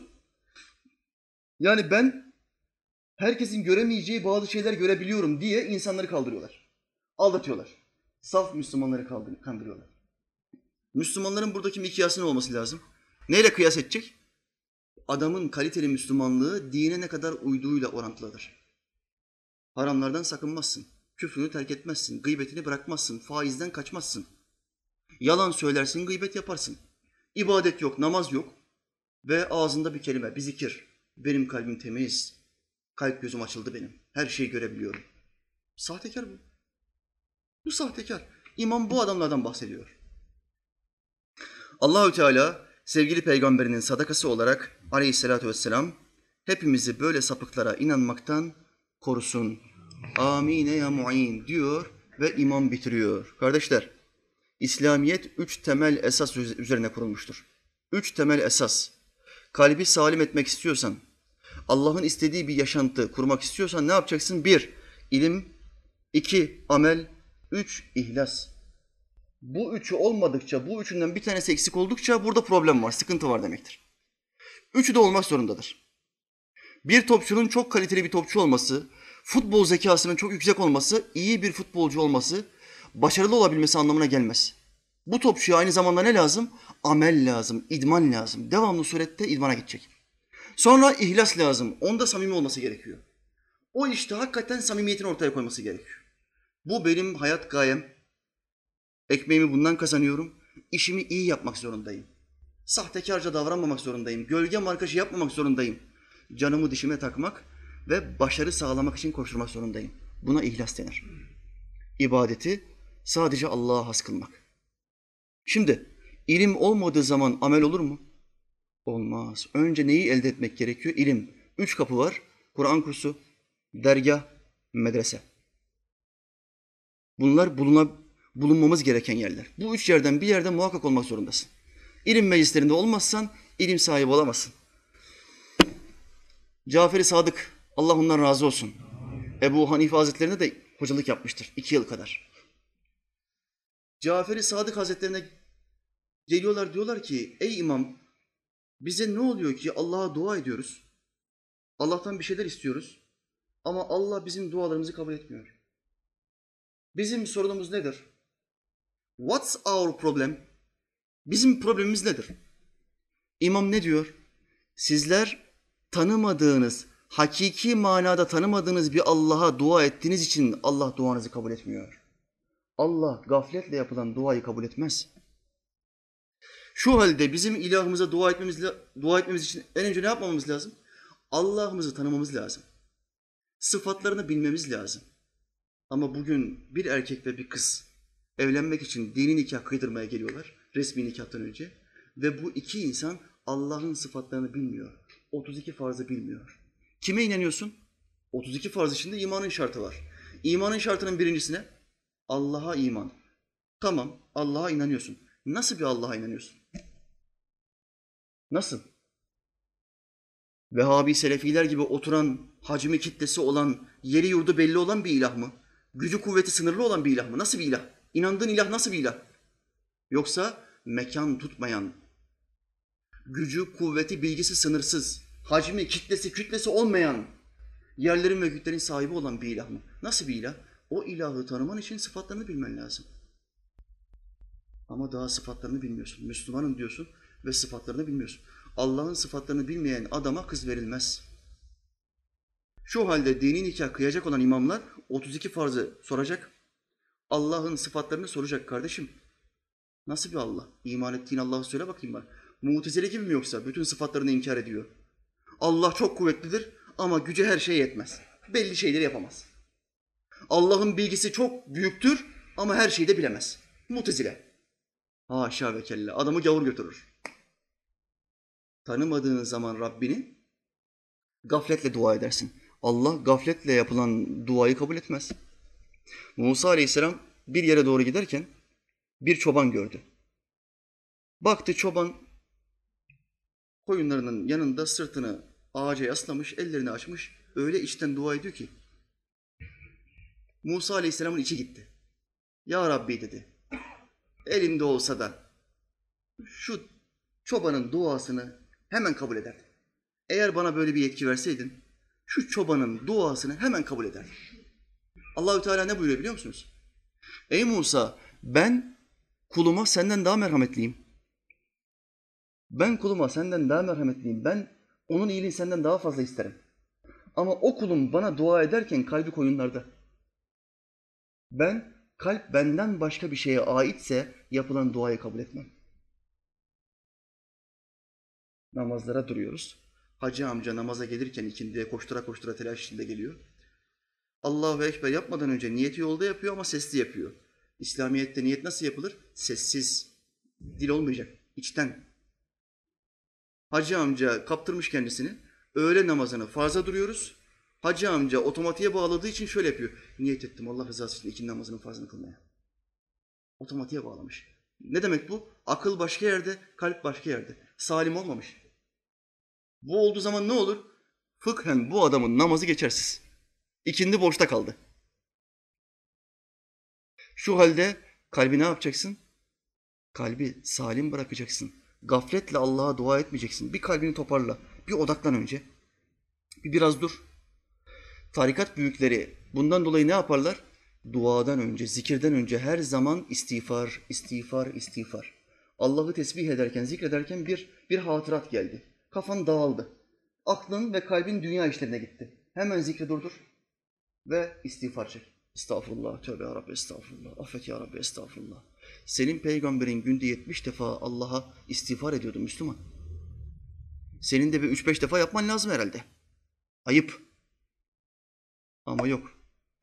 Yani ben herkesin göremeyeceği bazı şeyler görebiliyorum diye insanları kaldırıyorlar. Aldatıyorlar. Saf Müslümanları kandırıyorlar. Müslümanların buradaki mikyası ne olması lazım? Neyle kıyas edecek? Adamın kaliteli Müslümanlığı dine ne kadar uyduğuyla orantılıdır. Haramlardan sakınmazsın, küfrünü terk etmezsin, gıybetini bırakmazsın, faizden kaçmazsın. Yalan söylersin, gıybet yaparsın. İbadet yok, namaz yok ve ağzında bir kelime, bir zikir. Benim kalbim temiz, kalp gözüm açıldı benim, her şeyi görebiliyorum. Sahtekar bu. Bu sahtekar. İmam bu adamlardan bahsediyor. Allahü Teala sevgili peygamberinin sadakası olarak aleyhissalatü vesselam hepimizi böyle sapıklara inanmaktan korusun. Amine ya mu'in diyor ve imam bitiriyor. Kardeşler, İslamiyet 3 temel esas üzerine kurulmuştur. 3 temel esas. Kalbi salim etmek istiyorsan, Allah'ın istediği bir yaşantı kurmak istiyorsan ne yapacaksın? 1. İlim, 2. Amel, 3. İhlas. Bu üçü olmadıkça, bu üçünden bir tanesi eksik oldukça burada problem var, sıkıntı var demektir. Üçü de olmak zorundadır. Bir topçunun çok kaliteli bir topçu olması, futbol zekasının çok yüksek olması, iyi bir futbolcu olması, başarılı olabilmesi anlamına gelmez. Bu topçuya aynı zamanda ne lazım? Amel lazım, idman lazım. Devamlı surette idmana gidecek. Sonra ihlas lazım. Onda samimi olması gerekiyor. O işte hakikaten samimiyetini ortaya koyması gerekiyor. Bu benim hayat gayem. Ekmeğimi bundan kazanıyorum. İşimi iyi yapmak zorundayım. Sahtekarca davranmamak zorundayım. Gölge markajı yapmamak zorundayım. Canımı dişime takmak ve başarı sağlamak için koşturmak zorundayım. Buna ihlas denir. İbadeti sadece Allah'a has kılmak. Şimdi ilim olmadığı zaman amel olur mu? Olmaz. Önce neyi elde etmek gerekiyor? İlim. 3 kapı var. Kur'an kursu, dergah, medrese. Bunlar bulunmamız gereken yerler. Bu 3 yerden bir yerde muhakkak olmak zorundasın. İlim meclislerinde olmazsan ilim sahibi olamazsın. Cafer-i Sadık, Allah ondan razı olsun. Ebu Hanife Hazretlerine de hocalık yapmıştır 2 yıl kadar. Cafer-i Sadık Hazretlerine geliyorlar, diyorlar ki ey imam bize ne oluyor ki Allah'a dua ediyoruz. Allah'tan bir şeyler istiyoruz. Ama Allah bizim dualarımızı kabul etmiyor. Bizim sorunumuz nedir? What's our problem? Bizim problemimiz nedir? İmam ne diyor? Sizler tanımadığınız, hakiki manada tanımadığınız bir Allah'a dua ettiğiniz için Allah duanızı kabul etmiyor. Allah gafletle yapılan duayı kabul etmez. Şu halde bizim ilahımıza dua etmemiz için en önce ne yapmamız lazım? Allah'ımızı tanımamız lazım. Sıfatlarını bilmemiz lazım. Ama bugün bir erkek ve bir kız evlenmek için dini nikah kıydırmaya geliyorlar resmi nikahtan önce ve bu iki insan Allah'ın sıfatlarını bilmiyor. 32 farzı bilmiyor. Kime inanıyorsun? 32 farz içinde imanın şartı var. İmanın şartının birincisine Allah'a iman. Tamam, Allah'a inanıyorsun. Nasıl bir Allah'a inanıyorsun? Nasıl? Vehhabi Selefiler gibi oturan, hacmi kitlesi olan, yeri yurdu belli olan bir ilah mı? Gücü kuvveti sınırlı olan bir ilah mı? Nasıl bir ilah? İnandığın ilah nasıl bir ilah? Yoksa mekan tutmayan, gücü, kuvveti, bilgisi sınırsız, hacmi, kitlesi, kütlesi olmayan, yerlerin ve güçlerin sahibi olan bir ilah mı? Nasıl bir ilah? O ilahı tanıman için sıfatlarını bilmen lazım. Ama daha sıfatlarını bilmiyorsun. Müslümanım diyorsun ve sıfatlarını bilmiyorsun. Allah'ın sıfatlarını bilmeyen adama kız verilmez. Şu halde dini nikah kıyacak olan imamlar 32 farzı soracak. Allah'ın sıfatlarını soracak kardeşim. Nasıl bir Allah? İman ettiğin Allah'ı söyle bakayım bana. Mu'tezile gibi mi yoksa? Bütün sıfatlarını inkar ediyor. Allah çok kuvvetlidir ama gücü her şeye yetmez. Belli şeyleri yapamaz. Allah'ın bilgisi çok büyüktür ama her şeyi de bilemez. Mu'tezile. Haşa ve kella. Adamı gavur götürür. Tanımadığın zaman Rabbini gafletle dua edersin. Allah gafletle yapılan duayı kabul etmez. Musa Aleyhisselam bir yere doğru giderken bir çoban gördü. Baktı çoban koyunlarının yanında sırtını ağaca yaslamış, ellerini açmış. Öyle içten dua ediyor ki Musa Aleyhisselam'ın içi gitti. Ya Rabbi dedi, elimde olsa da şu çobanın duasını hemen kabul ederdim. Eğer bana böyle bir yetki verseydin, şu çobanın duasını hemen kabul ederdim. Allahü Teala ne buyuruyor biliyor musunuz? Ey Musa, ben kuluma senden daha merhametliyim. Ben kuluma senden daha merhametliyim. Ben onun iyiliğini senden daha fazla isterim. Ama o kulum bana dua ederken kalbi koyunlarda. Ben, kalp benden başka bir şeye aitse yapılan duayı kabul etmem. Namazlara duruyoruz. Hacı amca namaza gelirken ikindiye koştura koştura telaş içinde geliyor. Allahu Ekber yapmadan önce niyeti yolda yapıyor ama sesli yapıyor. İslamiyet'te niyet nasıl yapılır? Sessiz. Dil olmayacak. İçten. Hacı amca kaptırmış kendisini. Öğle namazını farza duruyoruz. Hacı amca otomatiğe bağladığı için şöyle yapıyor. Niyet ettim Allah rızası için ikindi namazının farzını kılmaya. Otomatiğe bağlamış. Ne demek bu? Akıl başka yerde, kalp başka yerde. Salim olmamış. Bu olduğu zaman ne olur? Fıkhen bu adamın namazı geçersiz. İkindi boşta kaldı. Şu halde kalbi ne yapacaksın? Kalbi salim bırakacaksın. Gafletle Allah'a dua etmeyeceksin. Bir kalbini toparla. Bir odaklan önce. Biraz dur. Tarikat büyükleri bundan dolayı ne yaparlar? Duadan önce, zikirden önce her zaman istiğfar, istiğfar, istiğfar. Allah'ı tesbih ederken, zikrederken bir hatırat geldi. Kafan dağıldı. Aklın ve kalbin dünya işlerine gitti. Hemen zikri durdur ve istiğfar çek. Estağfurullah, tövbe ya Rabbi, estağfurullah, affet ya Rabbi, estağfurullah. Senin peygamberin günde 70 defa Allah'a istiğfar ediyordu Müslüman. Senin de bir 3-5 defa yapman lazım herhalde. Ayıp. Ama yok.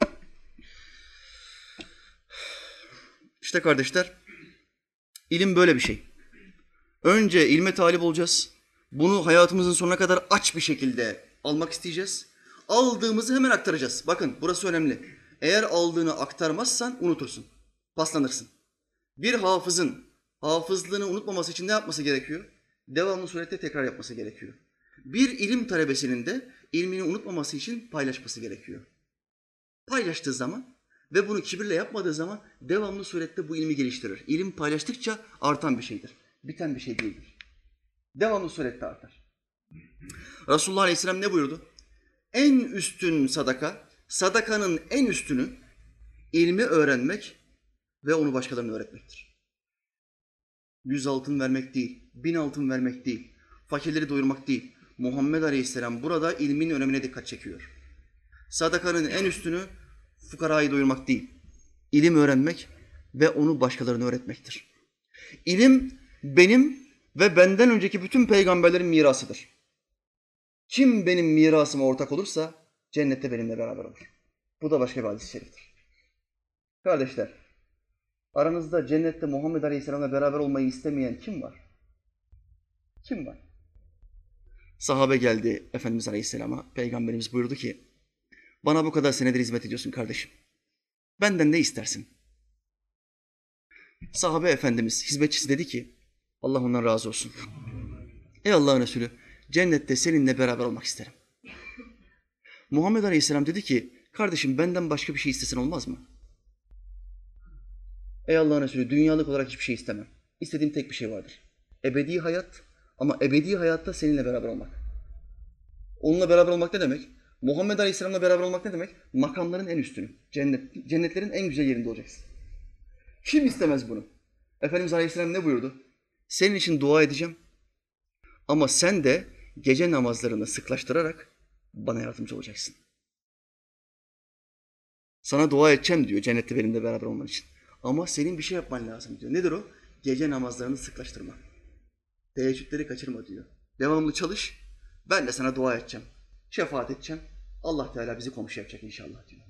İşte kardeşler, ilim böyle bir şey. Önce ilme talip olacağız. Bunu hayatımızın sonuna kadar aç bir şekilde almak isteyeceğiz. Aldığımızı hemen aktaracağız. Bakın burası önemli. Eğer aldığını aktarmazsan unutursun. Paslanırsın. Bir hafızın hafızlığını unutmaması için ne yapması gerekiyor? Devamlı surette tekrar yapması gerekiyor. Bir ilim talebesinin de ilmini unutmaması için paylaşması gerekiyor. Paylaştığı zaman ve bunu kibirle yapmadığı zaman devamlı surette bu ilmi geliştirir. İlim paylaştıkça artan bir şeydir. Biten bir şey değildir. Devamlı surette artar. Resulullah Aleyhisselam ne buyurdu? En üstün sadaka, sadakanın en üstünü ilmi öğrenmek ve onu başkalarına öğretmektir. 100 altın vermek değil, 1000 altın vermek değil, fakirleri doyurmak değil. Muhammed Aleyhisselam burada ilmin önemine dikkat çekiyor. Sadakanın en üstünü fukarayı doyurmak değil, ilim öğrenmek ve onu başkalarına öğretmektir. İlim benim ve benden önceki bütün peygamberlerin mirasıdır. Kim benim mirasıma ortak olursa cennette benimle beraber olur. Bu da başka bir hadis-i şeriftir. Kardeşler, aranızda cennette Muhammed Aleyhisselam'la beraber olmayı istemeyen kim var? Kim var? Sahabe geldi Efendimiz Aleyhisselam'a. Peygamberimiz buyurdu ki, bana bu kadar senedir hizmet ediyorsun kardeşim. Benden ne istersin? Sahabe Efendimiz, hizmetçisi dedi ki, Allah ondan razı olsun. Ey Allah'ın Resulü, cennette seninle beraber olmak isterim. Muhammed Aleyhisselam dedi ki, kardeşim benden başka bir şey istesen olmaz mı? Ey Allah'ın Resulü, dünyalık olarak hiçbir şey istemem. İstediğim tek bir şey vardır. Ebedi hayat ama ebedi hayatta seninle beraber olmak. Onunla beraber olmak ne demek? Muhammed Aleyhisselam'la beraber olmak ne demek? Makamların en üstünü, cennetlerin en güzel yerinde olacaksın. Kim istemez bunu? Efendimiz Aleyhisselam ne buyurdu? Senin için dua edeceğim ama sen de gece namazlarını sıklaştırarak bana yardımcı olacaksın. Sana dua edeceğim diyor cennette benimle beraber olman için. Ama senin bir şey yapman lazım diyor. Nedir o? Gece namazlarını sıklaştırma. Teheccüdleri kaçırma diyor. Devamlı çalış, ben de sana dua edeceğim. Şefaat edeceğim. Allah Teala bizi komşu yapacak inşallah diyor.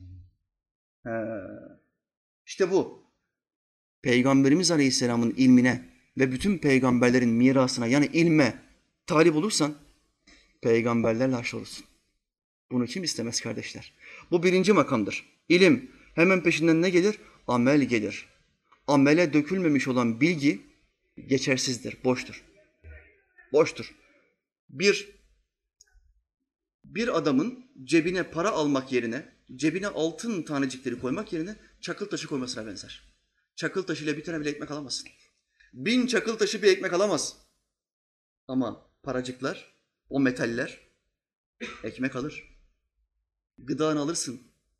İşte bu. Peygamberimiz Aleyhisselam'ın ilmine ve bütün peygamberlerin mirasına yani ilme talip olursan peygamberlerle haşr olursun. Bunu kim istemez kardeşler? Bu birinci makamdır. İlim. Hemen peşinden ne gelir? Amel gelir. Amele dökülmemiş olan bilgi geçersizdir, boştur. Boştur. Bir adamın cebine para almak yerine, cebine altın tanecikleri koymak yerine çakıl taşı koymasına benzer. Çakıl taşıyla bir tane bile ekmek alamazsın. 1000 çakıl taşı bir ekmek alamaz. Ama paracıklar, o metaller ekmek alır. Gıdanı alırsın.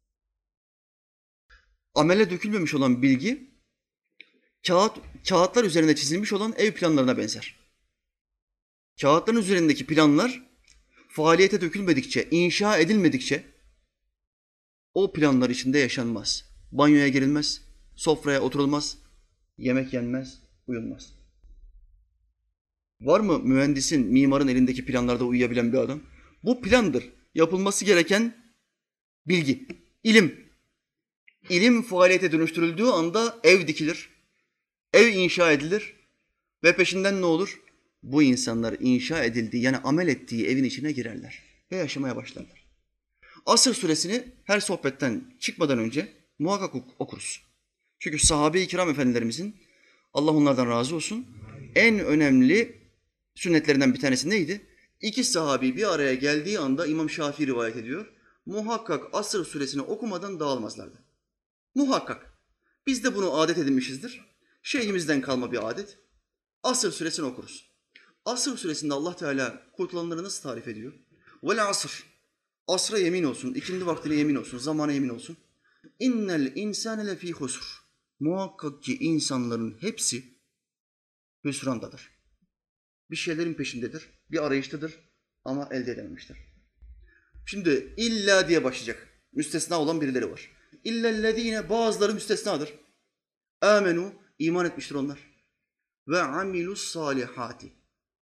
Amele dökülmemiş olan bilgi, kağıtlar üzerinde çizilmiş olan ev planlarına benzer. Kağıtların üzerindeki planlar faaliyete dökülmedikçe, inşa edilmedikçe o planlar içinde yaşanmaz. Banyoya girilmez, sofraya oturulmaz, yemek yenmez, uyulmaz. Var mı mühendisin, mimarın elindeki planlarda uyuyabilen bir adam? Bu plandır. Yapılması gereken bilgi, ilim. İlim faaliyete dönüştürüldüğü anda ev dikilir, ev inşa edilir ve peşinden ne olur? Bu insanlar inşa edildiği yani amel ettiği evin içine girerler ve yaşamaya başlarlar. Asr suresini her sohbetten çıkmadan önce muhakkak okuruz. Çünkü sahabe-i kiram efendilerimizin, Allah onlardan razı olsun, en önemli sünnetlerinden bir tanesi neydi? İki sahabi bir araya geldiği anda İmam Şafii rivayet ediyor. Muhakkak Asr suresini okumadan dağılmazlardı. Muhakkak. Biz de bunu adet edinmişizdir. Şeyhimizden kalma bir adet. Asr suresini okuruz. Asr suresinde Allah Teala kurtulanları nasıl tarif ediyor? Vel asr. Asra yemin olsun, ikindi vaktine yemin olsun, zamana yemin olsun. İnnel insane lefî husr. Muhakkak ki insanların hepsi hüsrandadır. Bir şeylerin peşindedir, bir arayıştadır ama elde edememiştir. Şimdi illa diye başlayacak. Müstesna olan birileri var. İllellezîne, bazıları müstesnadır. Âmenû, iman etmiştir onlar. Ve amilus salihati.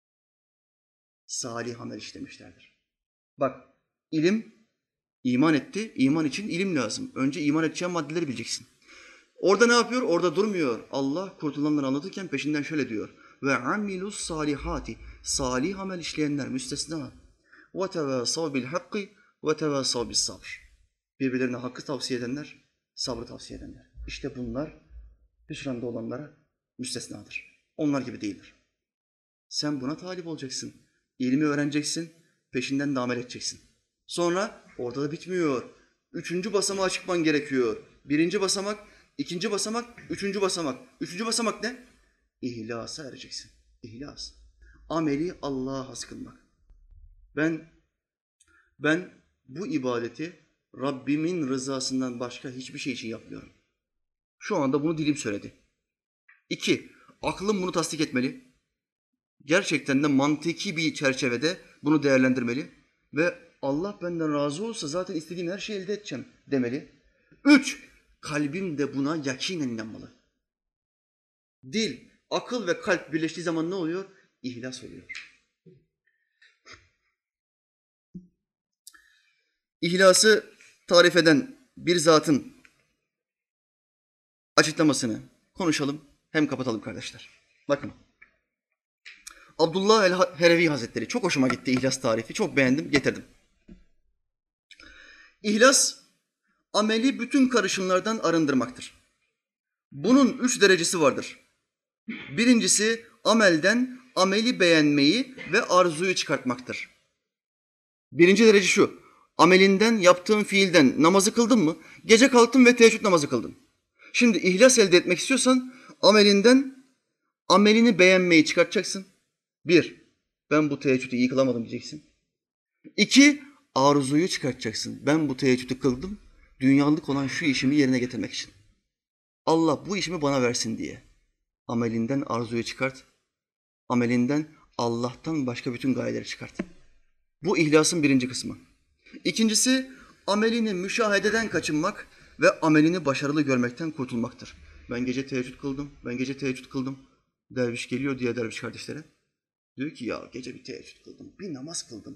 Salih amel işlemişlerdir. Bak, ilim, iman etti. İman için ilim lazım. Önce iman edeceğin maddeleri bileceksin. Orada ne yapıyor? Orada durmuyor. Allah kurtulanları anlatırken peşinden şöyle diyor. Ve amilus salihati. Salih amel işleyenler müstesna. Ve tevâsav bil hakkı ve tevâsav bis sabr. Birbirlerine hakkı tavsiye edenler, sabrı tavsiye edenler. İşte bunlar hüsranda olanlara müstesnadır. Onlar gibi değildir. Sen buna talip olacaksın. İlmi öğreneceksin, peşinden de amel edeceksin. Sonra orada da bitmiyor. 3. basamağa çıkman gerekiyor. 1. basamak, 2. basamak, 3. basamak. 3. basamak ne? İhlasa ereceksin. İhlas. Ameli Allah'a has kılmak. Ben bu ibadeti Rabbimin rızasından başka hiçbir şey için yapmıyorum. Şu anda bunu dilim söyledi. 2. Aklım bunu tasdik etmeli. Gerçekten de mantıki bir çerçevede bunu değerlendirmeli. Ve Allah benden razı olsa zaten istediğim her şeyi elde edeceğim demeli. 3. Kalbim de buna yakinen inanmalı. Dil, akıl ve kalp birleştiği zaman ne oluyor? İhlas oluyor. İhlası tarif eden bir zatın açıklamasını konuşalım, hem kapatalım kardeşler. Bakın, Abdullah el-Herevi Hazretleri, çok hoşuma gitti ihlas tarifi, çok beğendim, getirdim. İhlas, ameli bütün karışımlardan arındırmaktır. Bunun 3 derecesi vardır. Birincisi, amelden ameli beğenmeyi ve arzuyu çıkartmaktır. Birinci derece şu, amelinden, yaptığın fiilden namazı kıldın mı? Gece kalktın ve teheccüd namazı kıldın. Şimdi ihlas elde etmek istiyorsan amelinden amelini beğenmeyi çıkartacaksın. 1. Ben bu teheccüdü iyi kılamadım diyeceksin. 2. Arzuyu çıkartacaksın. Ben bu teheccüdü kıldım, dünyalık olan şu işimi yerine getirmek için. Allah bu işimi bana versin diye. Amelinden arzuyu çıkart. Amelinden Allah'tan başka bütün gayeleri çıkart. Bu ihlasın birinci kısmı. İkincisi, amelini müşahededen kaçınmak ve amelini başarılı görmekten kurtulmaktır. Ben gece teheccüd kıldım. Derviş geliyor diye derviş kardeşlere. Diyor ki ya gece bir teheccüd kıldım, bir namaz kıldım.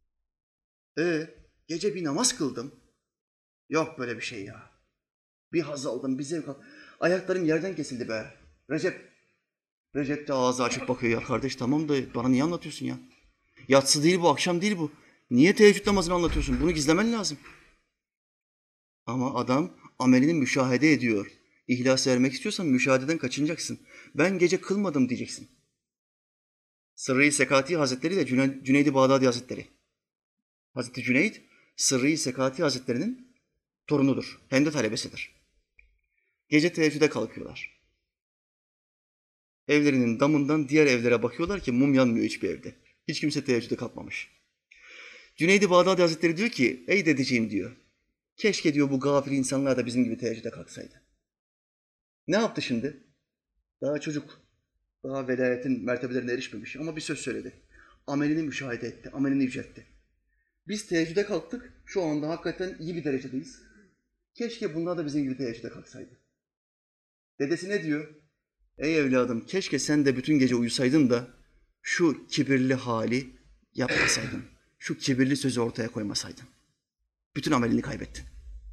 Gece bir namaz kıldım. Yok böyle bir şey ya. Bir haz aldım, bir zevk aldım. Ayaklarım yerden kesildi be. Recep de ağzı açık bakıyor ya kardeş, tamam da bana niye anlatıyorsun ya? Yatsı değil bu, akşam değil bu. Niye teheccüd namazını anlatıyorsun? Bunu gizlemen lazım. Ama adam amelini müşahede ediyor. İhlas vermek istiyorsan müşahededen kaçınacaksın. Ben gece kılmadım diyeceksin. Sırrı-i Sekati Hazretleri de Cüneyd-i Bağdadi Hazretleri. Hazreti Cüneyd, Sırrı-i Sekati Hazretleri'nin torunudur. Hem de talebesidir. Gece teheccüde kalkıyorlar. Evlerinin damından diğer evlere bakıyorlar ki mum yanmıyor hiçbir evde. Hiç kimse teheccüde kalkmamış. Cüneyd-i Bağdadi Hazretleri diyor ki, ey dedeciğim diyor, keşke diyor bu gafil insanlar da bizim gibi teheccüde kalksaydı. Ne yaptı şimdi? Daha çocuk, daha velayetin mertebelerine erişmemiş ama bir söz söyledi. Amelini müşahede etti, amelini yüceltti. Biz teheccüde kalktık, şu anda hakikaten iyi bir derecedeyiz. Keşke bunlar da bizim gibi teheccüde kalksaydı. Dedesi ne diyor? Ey evladım, keşke sen de bütün gece uyusaydın da şu kibirli hali yapmasaydın. Şu kibirli sözü ortaya koymasaydın. Bütün amelini kaybettin.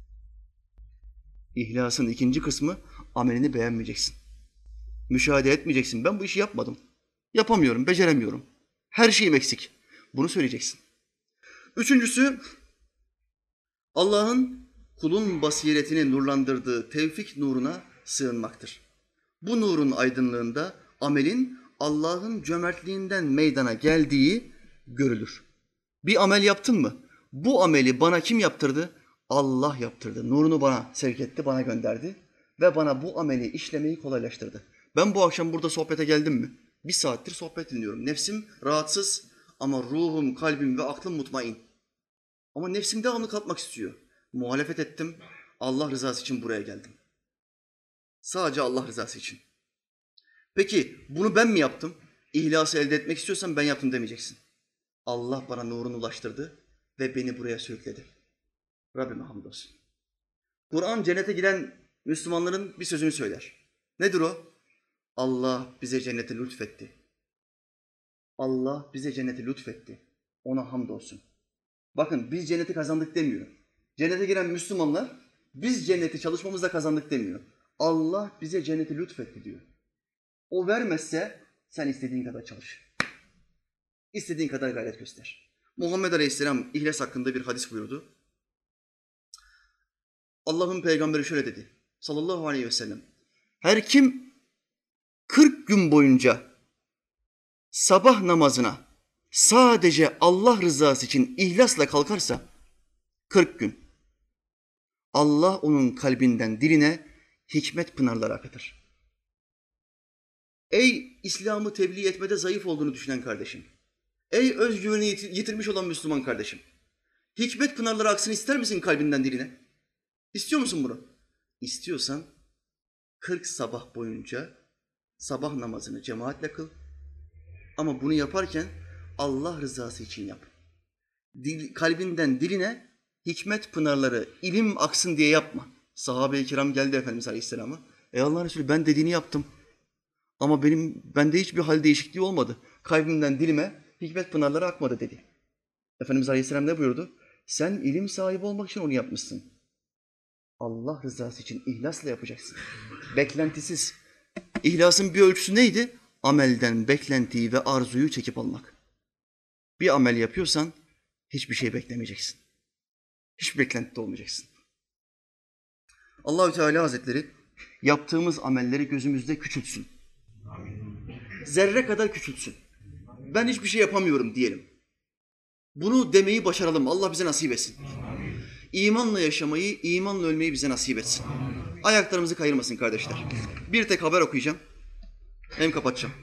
İhlasın ikinci kısmı, amelini beğenmeyeceksin. Müşahede etmeyeceksin. Ben bu işi yapmadım. Yapamıyorum, beceremiyorum. Her şeyim eksik. Bunu söyleyeceksin. Üçüncüsü, Allah'ın kulun basiretini nurlandırdığı tevfik nuruna sığınmaktır. Bu nurun aydınlığında amelin Allah'ın cömertliğinden meydana geldiği görülür. Bir amel yaptın mı? Bu ameli bana kim yaptırdı? Allah yaptırdı. Nurunu bana sevk etti, bana gönderdi ve bana bu ameli işlemeyi kolaylaştırdı. Ben bu akşam burada sohbete geldim mi? 1 saattir sohbet dinliyorum. Nefsim rahatsız ama ruhum, kalbim ve aklım mutmain. Ama nefsim devamlı kalkmak istiyor. Muhalefet ettim. Allah rızası için buraya geldim. Sadece Allah rızası için. Peki bunu ben mi yaptım? İhlası elde etmek istiyorsan ben yaptım demeyeceksin. Allah bana nurunu ulaştırdı ve beni buraya sürükledi. Rabbime hamdolsun. Kur'an cennete giren Müslümanların bir sözünü söyler. Nedir o? Allah bize cenneti lütfetti. Allah bize cenneti lütfetti. Ona hamdolsun. Bakın biz cenneti kazandık demiyor. Cennete giren Müslümanlar biz cenneti çalışmamızla kazandık demiyor. Allah bize cenneti lütfetti diyor. O vermezse sen istediğin kadar çalış. İstediğin kadar gayret göster. Muhammed Aleyhisselam ihlas hakkında bir hadis buyurdu. Allah'ın peygamberi şöyle dedi. Sallallahu aleyhi ve sellem. Her kim 40 gün boyunca sabah namazına sadece Allah rızası için ihlasla kalkarsa 40 gün Allah onun kalbinden diline hikmet pınarları akıtır. Ey İslam'ı tebliğ etmede zayıf olduğunu düşünen kardeşim. Ey özgüveni yitirmiş olan Müslüman kardeşim. Hikmet pınarları aksın ister misin kalbinden diline? İstiyor musun bunu? İstiyorsan 40 sabah boyunca sabah namazını cemaatle kıl. Ama bunu yaparken Allah rızası için yap. Kalbinden diline hikmet pınarları, ilim aksın diye yapma. Sahabe-i kiram geldi Efendimiz Aleyhisselam'a. Ey Allah'ın Resulü ben dediğini yaptım. Ama bende hiçbir hal değişikliği olmadı. Kalbimden dilime hikmet pınarları akmadı dedi. Efendimiz Aleyhisselam ne buyurdu? Sen ilim sahibi olmak için onu yapmışsın. Allah rızası için ihlasla yapacaksın. Beklentisiz. İhlasın bir ölçüsü neydi? Amelden beklentiyi ve arzuyu çekip almak. Bir amel yapıyorsan hiçbir şey beklemeyeceksin. Hiçbir beklentide olmayacaksın. Allahü Teala Hazretleri yaptığımız amelleri gözümüzde küçültsün. Zerre kadar küçültsün. Ben hiçbir şey yapamıyorum diyelim. Bunu demeyi başaralım. Allah bize nasip etsin. İmanla yaşamayı, imanla ölmeyi bize nasip etsin. Ayaklarımızı kayırmasın kardeşler. Bir tek haber okuyacağım. Hem kapatacağım.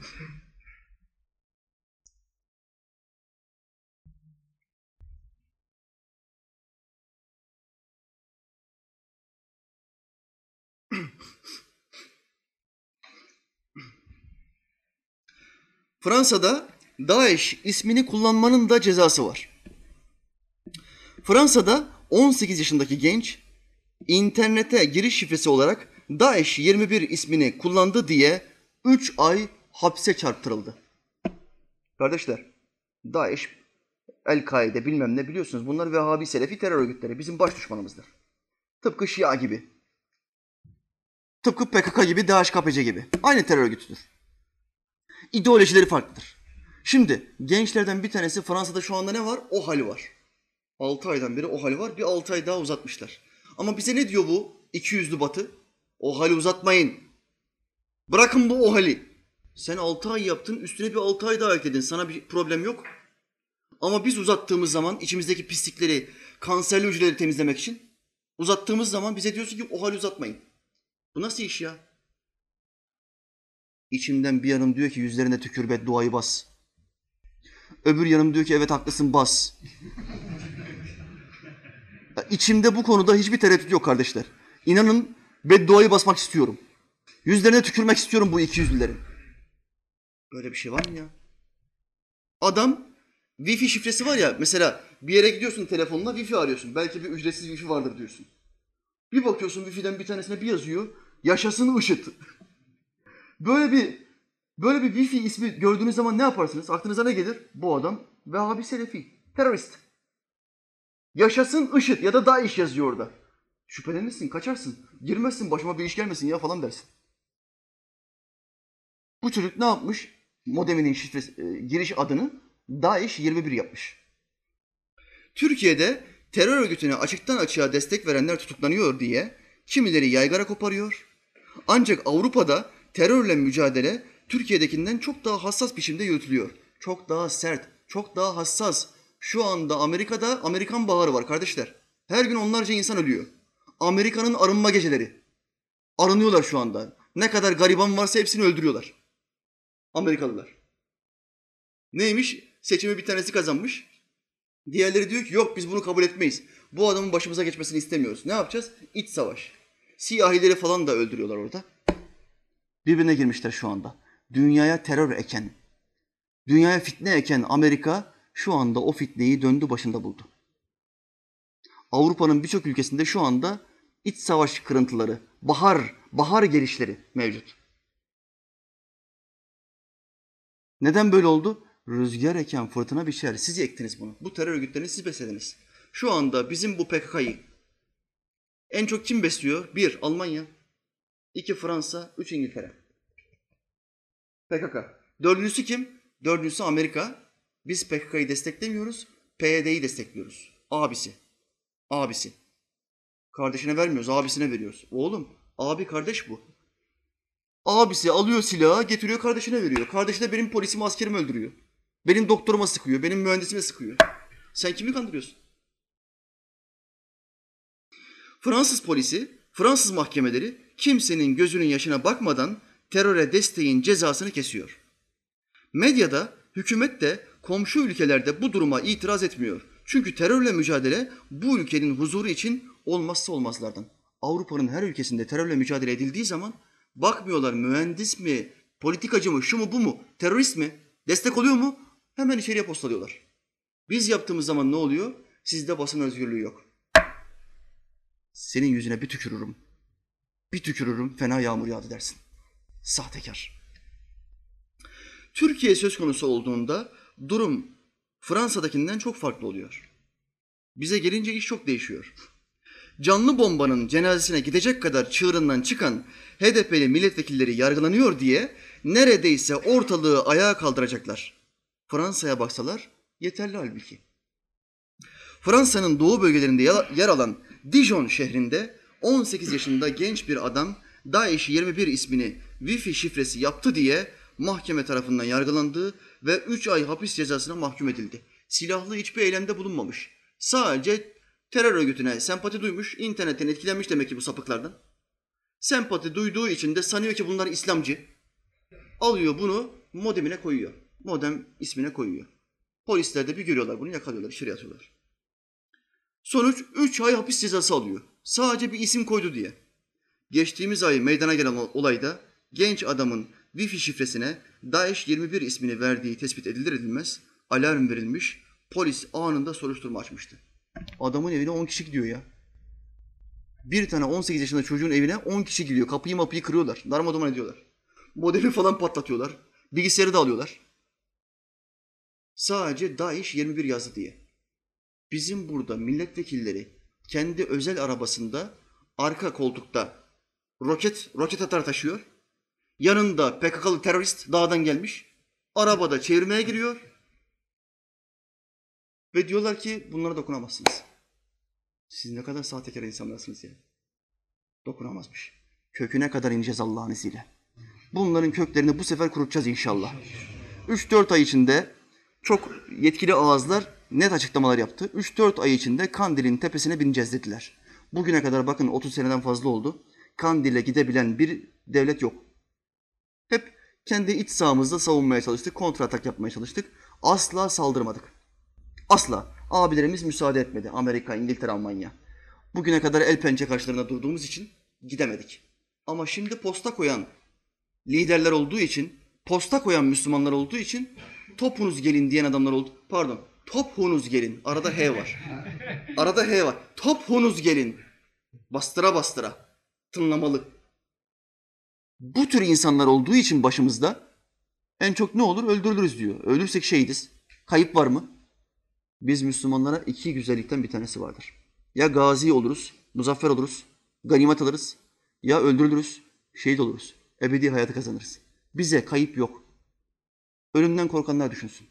Fransa'da DAEŞ ismini kullanmanın da cezası var. Fransa'da 18 yaşındaki genç internete giriş şifresi olarak DAEŞ 21 ismini kullandı diye 3 ay hapse çarptırıldı. Kardeşler, DAEŞ, El-Kaide bilmem ne biliyorsunuz bunlar Vehhabi Selefi terör örgütleri. Bizim baş düşmanımızdır. Tıpkı Şia gibi. Tıpkı PKK gibi, DAEŞ-KPC gibi. Aynı terör örgütüdür. İdeolojileri farklıdır. Şimdi gençlerden bir tanesi Fransa'da şu anda ne var? OHAL var. 6 aydan beri OHAL var. Bir 6 ay daha uzatmışlar. Ama bize ne diyor bu 200'lü Batı? OHAL'i uzatmayın. Bırakın bu OHAL'i. Sen 6 ay yaptın, üstüne bir 6 ay daha ekledin. Sana bir problem yok. Ama biz uzattığımız zaman içimizdeki pislikleri, kanserli hücreleri temizlemek için uzattığımız zaman bize diyorsun ki OHAL'i uzatmayın. Bu nasıl iş ya? İçimden bir yanım diyor ki yüzlerine tükür bedduayı bas. Öbür yanım diyor ki evet haklısın bas. İçimde bu konuda hiçbir tereddüt yok kardeşler. İnanın bedduayı basmak istiyorum. Yüzlerine tükürmek istiyorum bu 200'lülerin. Böyle bir şey var mı ya? Adam Wi-Fi şifresi var ya, mesela bir yere gidiyorsun telefonla Wi-Fi arıyorsun. Belki bir ücretsiz Wi-Fi vardır diyorsun. Bir bakıyorsun Wi-Fi'den bir tanesine bir yazıyor. Yaşasın IŞİD. Böyle bir Wi-Fi ismi gördüğünüz zaman ne yaparsınız? Aklınıza ne gelir? Bu adam Vehhabi Selefi, terörist. Yaşasın IŞİD ya da DAEŞ yazıyor orada. Şüphelenirsin, kaçarsın. Girmezsin, başıma bir iş gelmesin ya falan dersin. Bu çocuk ne yapmış? Modeminin şifresi, giriş adını DAEŞ 21 yapmış. Türkiye'de terör örgütüne açıktan açığa destek verenler tutuklanıyor diye kimileri yaygara koparıyor. Ancak Avrupa'da terörle mücadele Türkiye'dekinden çok daha hassas biçimde yürütülüyor. Çok daha sert, çok daha hassas. Şu anda Amerika'da Amerikan baharı var kardeşler. Her gün onlarca insan ölüyor. Amerika'nın arınma geceleri. Arınıyorlar şu anda. Ne kadar gariban varsa hepsini öldürüyorlar. Amerikalılar. Neymiş? Seçimi bir tanesi kazanmış. Diğerleri diyor ki yok biz bunu kabul etmeyiz. Bu adamın başımıza geçmesini istemiyoruz. Ne yapacağız? İç savaş. Siyahileri falan da öldürüyorlar orada. Birbirine girmişler şu anda. Dünyaya terör eken, dünyaya fitne eken Amerika şu anda o fitneyi döndü başında buldu. Avrupa'nın birçok ülkesinde şu anda iç savaş kırıntıları, bahar gelişleri mevcut. Neden böyle oldu? Rüzgar eken fırtına biçer. Siz ektiniz bunu. Bu terör örgütlerini siz beslediniz. Şu anda bizim bu PKK'yı en çok kim besliyor? 1. Almanya, 2. Fransa, 3. İngiltere. PKK. Dördüncüsü kim? Dördüncüsü Amerika. Biz PKK'yı desteklemiyoruz, PYD'yi destekliyoruz. Abisi. Kardeşine vermiyoruz, abisine veriyoruz. Oğlum, abi kardeş bu. Abisi alıyor silahı, getiriyor kardeşine veriyor. Kardeşi de benim polisimi, askerimi öldürüyor. Benim doktoruma sıkıyor, benim mühendisime sıkıyor. Sen kimi kandırıyorsun? Fransız polisi, Fransız mahkemeleri kimsenin gözünün yaşına bakmadan teröre desteğin cezasını kesiyor. Medyada, hükümet de komşu ülkelerde bu duruma itiraz etmiyor. Çünkü terörle mücadele bu ülkenin huzuru için olmazsa olmazlardan. Avrupa'nın her ülkesinde terörle mücadele edildiği zaman bakmıyorlar mühendis mi, politikacı mı, şu mu bu mu, terörist mi, destek oluyor mu? Hemen içeriye postalıyorlar. Biz yaptığımız zaman ne oluyor? Sizde basın özgürlüğü yok. Senin yüzüne bir tükürürüm, fena yağmur yağdı dersin. Sahtekar. Türkiye söz konusu olduğunda durum Fransa'dakinden çok farklı oluyor. Bize gelince iş çok değişiyor. Canlı bombanın cenazesine gidecek kadar çığırından çıkan HDP'li milletvekilleri yargılanıyor diye neredeyse ortalığı ayağa kaldıracaklar. Fransa'ya baksalar yeterli halbuki. Fransa'nın doğu bölgelerinde yer alan Dijon şehrinde 18 yaşında genç bir adam DAEŞ 21 ismini Wi-Fi şifresi yaptı diye mahkeme tarafından yargılandı ve 3 ay hapis cezasına mahkum edildi. Silahlı hiçbir eylemde bulunmamış. Sadece terör örgütüne sempati duymuş, internetten etkilenmiş demek ki bu sapıklardan. Sempati duyduğu için de sanıyor ki bunlar İslamcı. Alıyor bunu modemine koyuyor. Modem ismine koyuyor. Polisler de bir görüyorlar bunu, yakalıyorlar, içeri atıyorlar. Sonuç 3 ay hapis cezası alıyor. Sadece bir isim koydu diye. Geçtiğimiz ay meydana gelen olayda genç adamın Wi-Fi şifresine DAEŞ 21 ismini verdiği tespit edilir edilmez alarm verilmiş, polis anında soruşturma açmıştı. Adamın evine 10 kişi gidiyor ya. Bir tane 18 yaşında çocuğun evine 10 kişi gidiyor. Kapıyı kırıyorlar, darmadağın ediyorlar. Modemi falan patlatıyorlar. Bilgisayarı da alıyorlar. Sadece DAEŞ 21 yazdı diye. Bizim burada milletvekilleri kendi özel arabasında arka koltukta roket atar taşıyor. Yanında PKK'lı terörist dağdan gelmiş. Arabada çevirmeye giriyor ve diyorlar ki bunlara dokunamazsınız. Siz ne kadar sahtekar insanlarsınız ya. Dokunamazmış. Köküne kadar ineceğiz Allah'ın izniyle. Bunların köklerini bu sefer kurutacağız inşallah. 3-4 ay içinde çok yetkili ağızlar net açıklamalar yaptı. 3-4 ay içinde Kandil'in tepesine bineceğiz dediler. Bugüne kadar bakın 30 seneden fazla oldu. Kandil'e gidebilen bir devlet yok. Hep kendi iç sahamızda savunmaya çalıştık, kontratak yapmaya çalıştık. Asla saldırmadık. Asla. Abilerimiz müsaade etmedi. Amerika, İngiltere, Almanya. Bugüne kadar el pençe karşılarında durduğumuz için gidemedik. Ama şimdi posta koyan liderler olduğu için, posta koyan Müslümanlar olduğu için topunuz gelin diyen adamlar oldu. Pardon, topunuz gelin. Arada H var. Arada H var. Topunuz gelin. Bastıra bastıra. Tınlamalı. Bu tür insanlar olduğu için başımızda en çok ne olur? Öldürülürüz diyor. Ölürsek şehidiz. Kayıp var mı? Biz Müslümanlara iki güzellikten bir tanesi vardır. Ya gazi oluruz, muzaffer oluruz, ganimet alırız. Ya öldürülürüz, şehit oluruz. Ebedi hayatı kazanırız. Bize kayıp yok. Ölümden korkanlar düşünsün.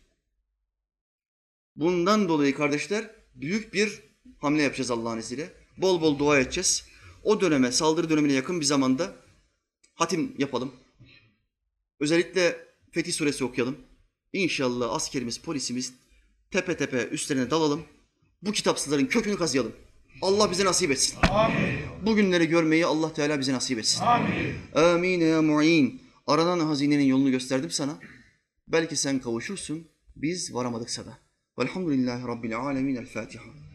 Bundan dolayı kardeşler büyük bir hamle yapacağız Allah'ın izniyle. Bol bol dua edeceğiz. O döneme, saldırı dönemine yakın bir zamanda hatim yapalım. Özellikle Fetih Suresi okuyalım. İnşallah askerimiz, polisimiz tepe tepe üstlerine dalalım. Bu kitapsızların kökünü kazıyalım. Allah bize nasip etsin. Amin. Bugünleri görmeyi Allah Teala bize nasip etsin. Amin. Amin ya mu'in. Aranan hazinenin yolunu gösterdim sana. Belki sen kavuşursun. Biz varamadıksa da. Velhamdülillahi Rabbil alemin. El Fatiha.